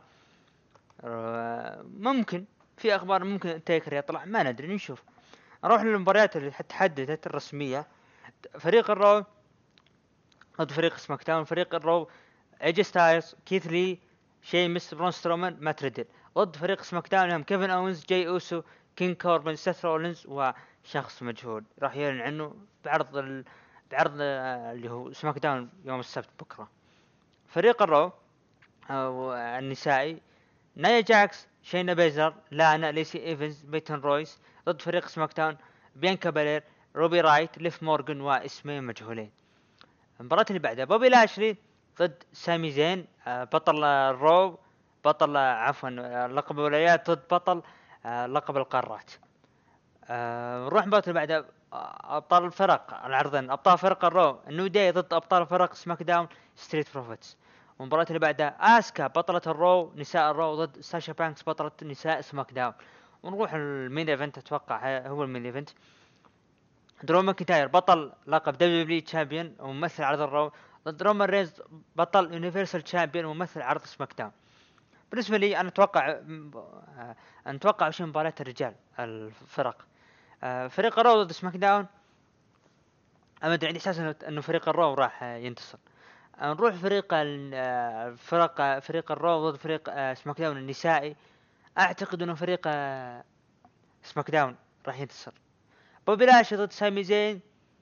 ممكن في اخبار ممكن تيكر يطلع، ما ندري، نشوف. نروح للمباريات اللي تحددت الرسمية. فريق الرو ضد فريق سماك داون. فريق الرو ايجي ستايلز، كيث لي، شيمس، برون سترومان، مات ريدل. ضد فريق سماك داون هم كيفن اونز، جاي اوسو، كين كوربن، سيث رولينز، وشخص مجهول راح يعلن عنه بعرض اللي هو سماك داون يوم السبت بكرة. فريق الرو أو النسائي نايا جاكس، شينا بيزر، لانا، ليسي ايفنز، بيتن رويس. ضد فريق سماك داون بيانكا بالير، روبي رايت، ليف مورغان، واسمين مجهولين. المباراة اللي بعدها بوبي لاشلي ضد سامي زين، بطل الرو، بطل عفوا لقب الولايات، ضد بطل لقب القارات. نروح المباراة اللي بعدها، ابطال الفرق العرضين، ابطال فرق الرو النيو داي ضد ابطال فرق سماك داون ستريت بروفيتس. والمباراة اللي بعدها اسكا بطلة الرو نساء الرو ضد ساشا بانكس بطلة نساء سماك داون. ونروح المين ايفنت، اتوقع هو المين ايفنت، درو ماكنتاير بطل لقب دبليو تشامبيون وممثل عرض الرو ضد رومان رينز بطل يونيفرسال تشامبيون وممثل عرض سماك داون. بالنسبة لي انا اتوقع وش مباراة الرجال الفرق. فريق الرو ضد سماك داون، انا عندي احساس انه فريق الرو راح ينتصر. نروح فريق فريق الرو ضد فريق سماك داون النسائي. اعتقد انه فريق سماك داون راح ينتصر. بوبي لاشي ضد سامي زين،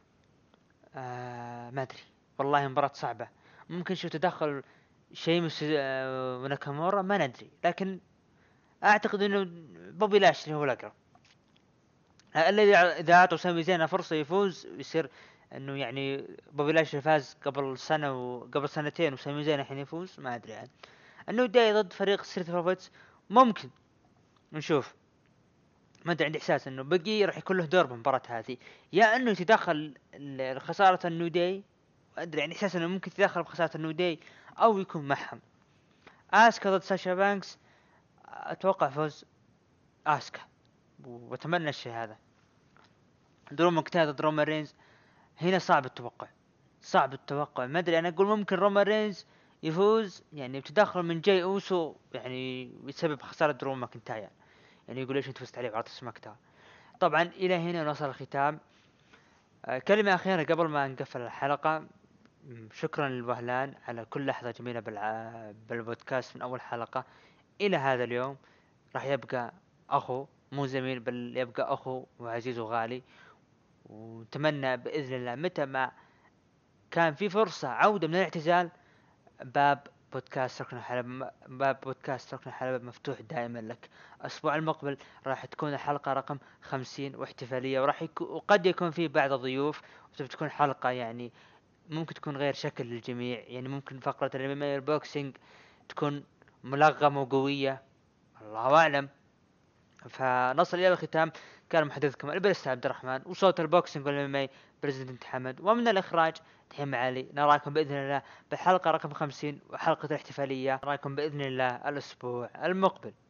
ما ادري والله مباراة صعبة. ممكن شو تدخل شيمس وناكامورا، ما ندري، لكن اعتقد انه بوبي لاشي هو الاقرب. الذي اذا اعطوا سامي زين فرصة يفوز يصير انه يعني بوبي لاشي فاز قبل سنة وقبل سنتين وسامي زين الحين يفوز، ما ادري يعني. انه داي ضد فريق ستريت بروفيتس ممكن نشوف، ما ادري، عندي احساس انه بقي راح يكون له دور بالمباراة هذه، يا انه يتدخل خسارة النيو داي، ادري عندي احساس انه ممكن يتدخل بخسارة النيو داي او يكون معهم. اسكا ضد ساشا بانكس، اتوقع فوز اسكا واتمنى الشيء هذا. درو ماكنتاير ضد رومان رينز، هنا صعب التوقع، ما ادري، انا اقول ممكن رومان رينز يفوز يعني بتدخل من جاي اوسو، يعني بسبب خسارة درو ماكنتاير، يعني يقول ليش انت فزت عليه بعرض سماك داون. طبعا الى هنا نوصل الختام. كلمة أخيرة قبل ما نقفل الحلقة. شكرا للوهلان على كل لحظة جميلة بالبودكاست من أول حلقة إلى هذا اليوم. راح يبقى أخو، مو زميل، بل يبقى أخو وعزيز وغالي. ونتمنى بإذن الله متى ما كان في فرصة عودة من الاعتزال، باب بودكاست ركن الحلبة مفتوح دائما لك. الأسبوع المقبل راح تكون الحلقة رقم 50 واحتفالية، وقد يكون فيه بعض الضيوف، وتكون حلقة يعني ممكن تكون غير شكل للجميع، يعني ممكن فقرة الMMA البوكسينج تكون ملغمة وقوية، الله أعلم. فنصل إلى الختام. كان محدثكم البرست عبد الرحمن، وصوت البوكسينج والMMA بريزيدنت حمد، ومن الإخراج تحيم علي. نراكم بإذن الله بالحلقة رقم 50 وحلقة الاحتفالية. نراكم بإذن الله الأسبوع المقبل.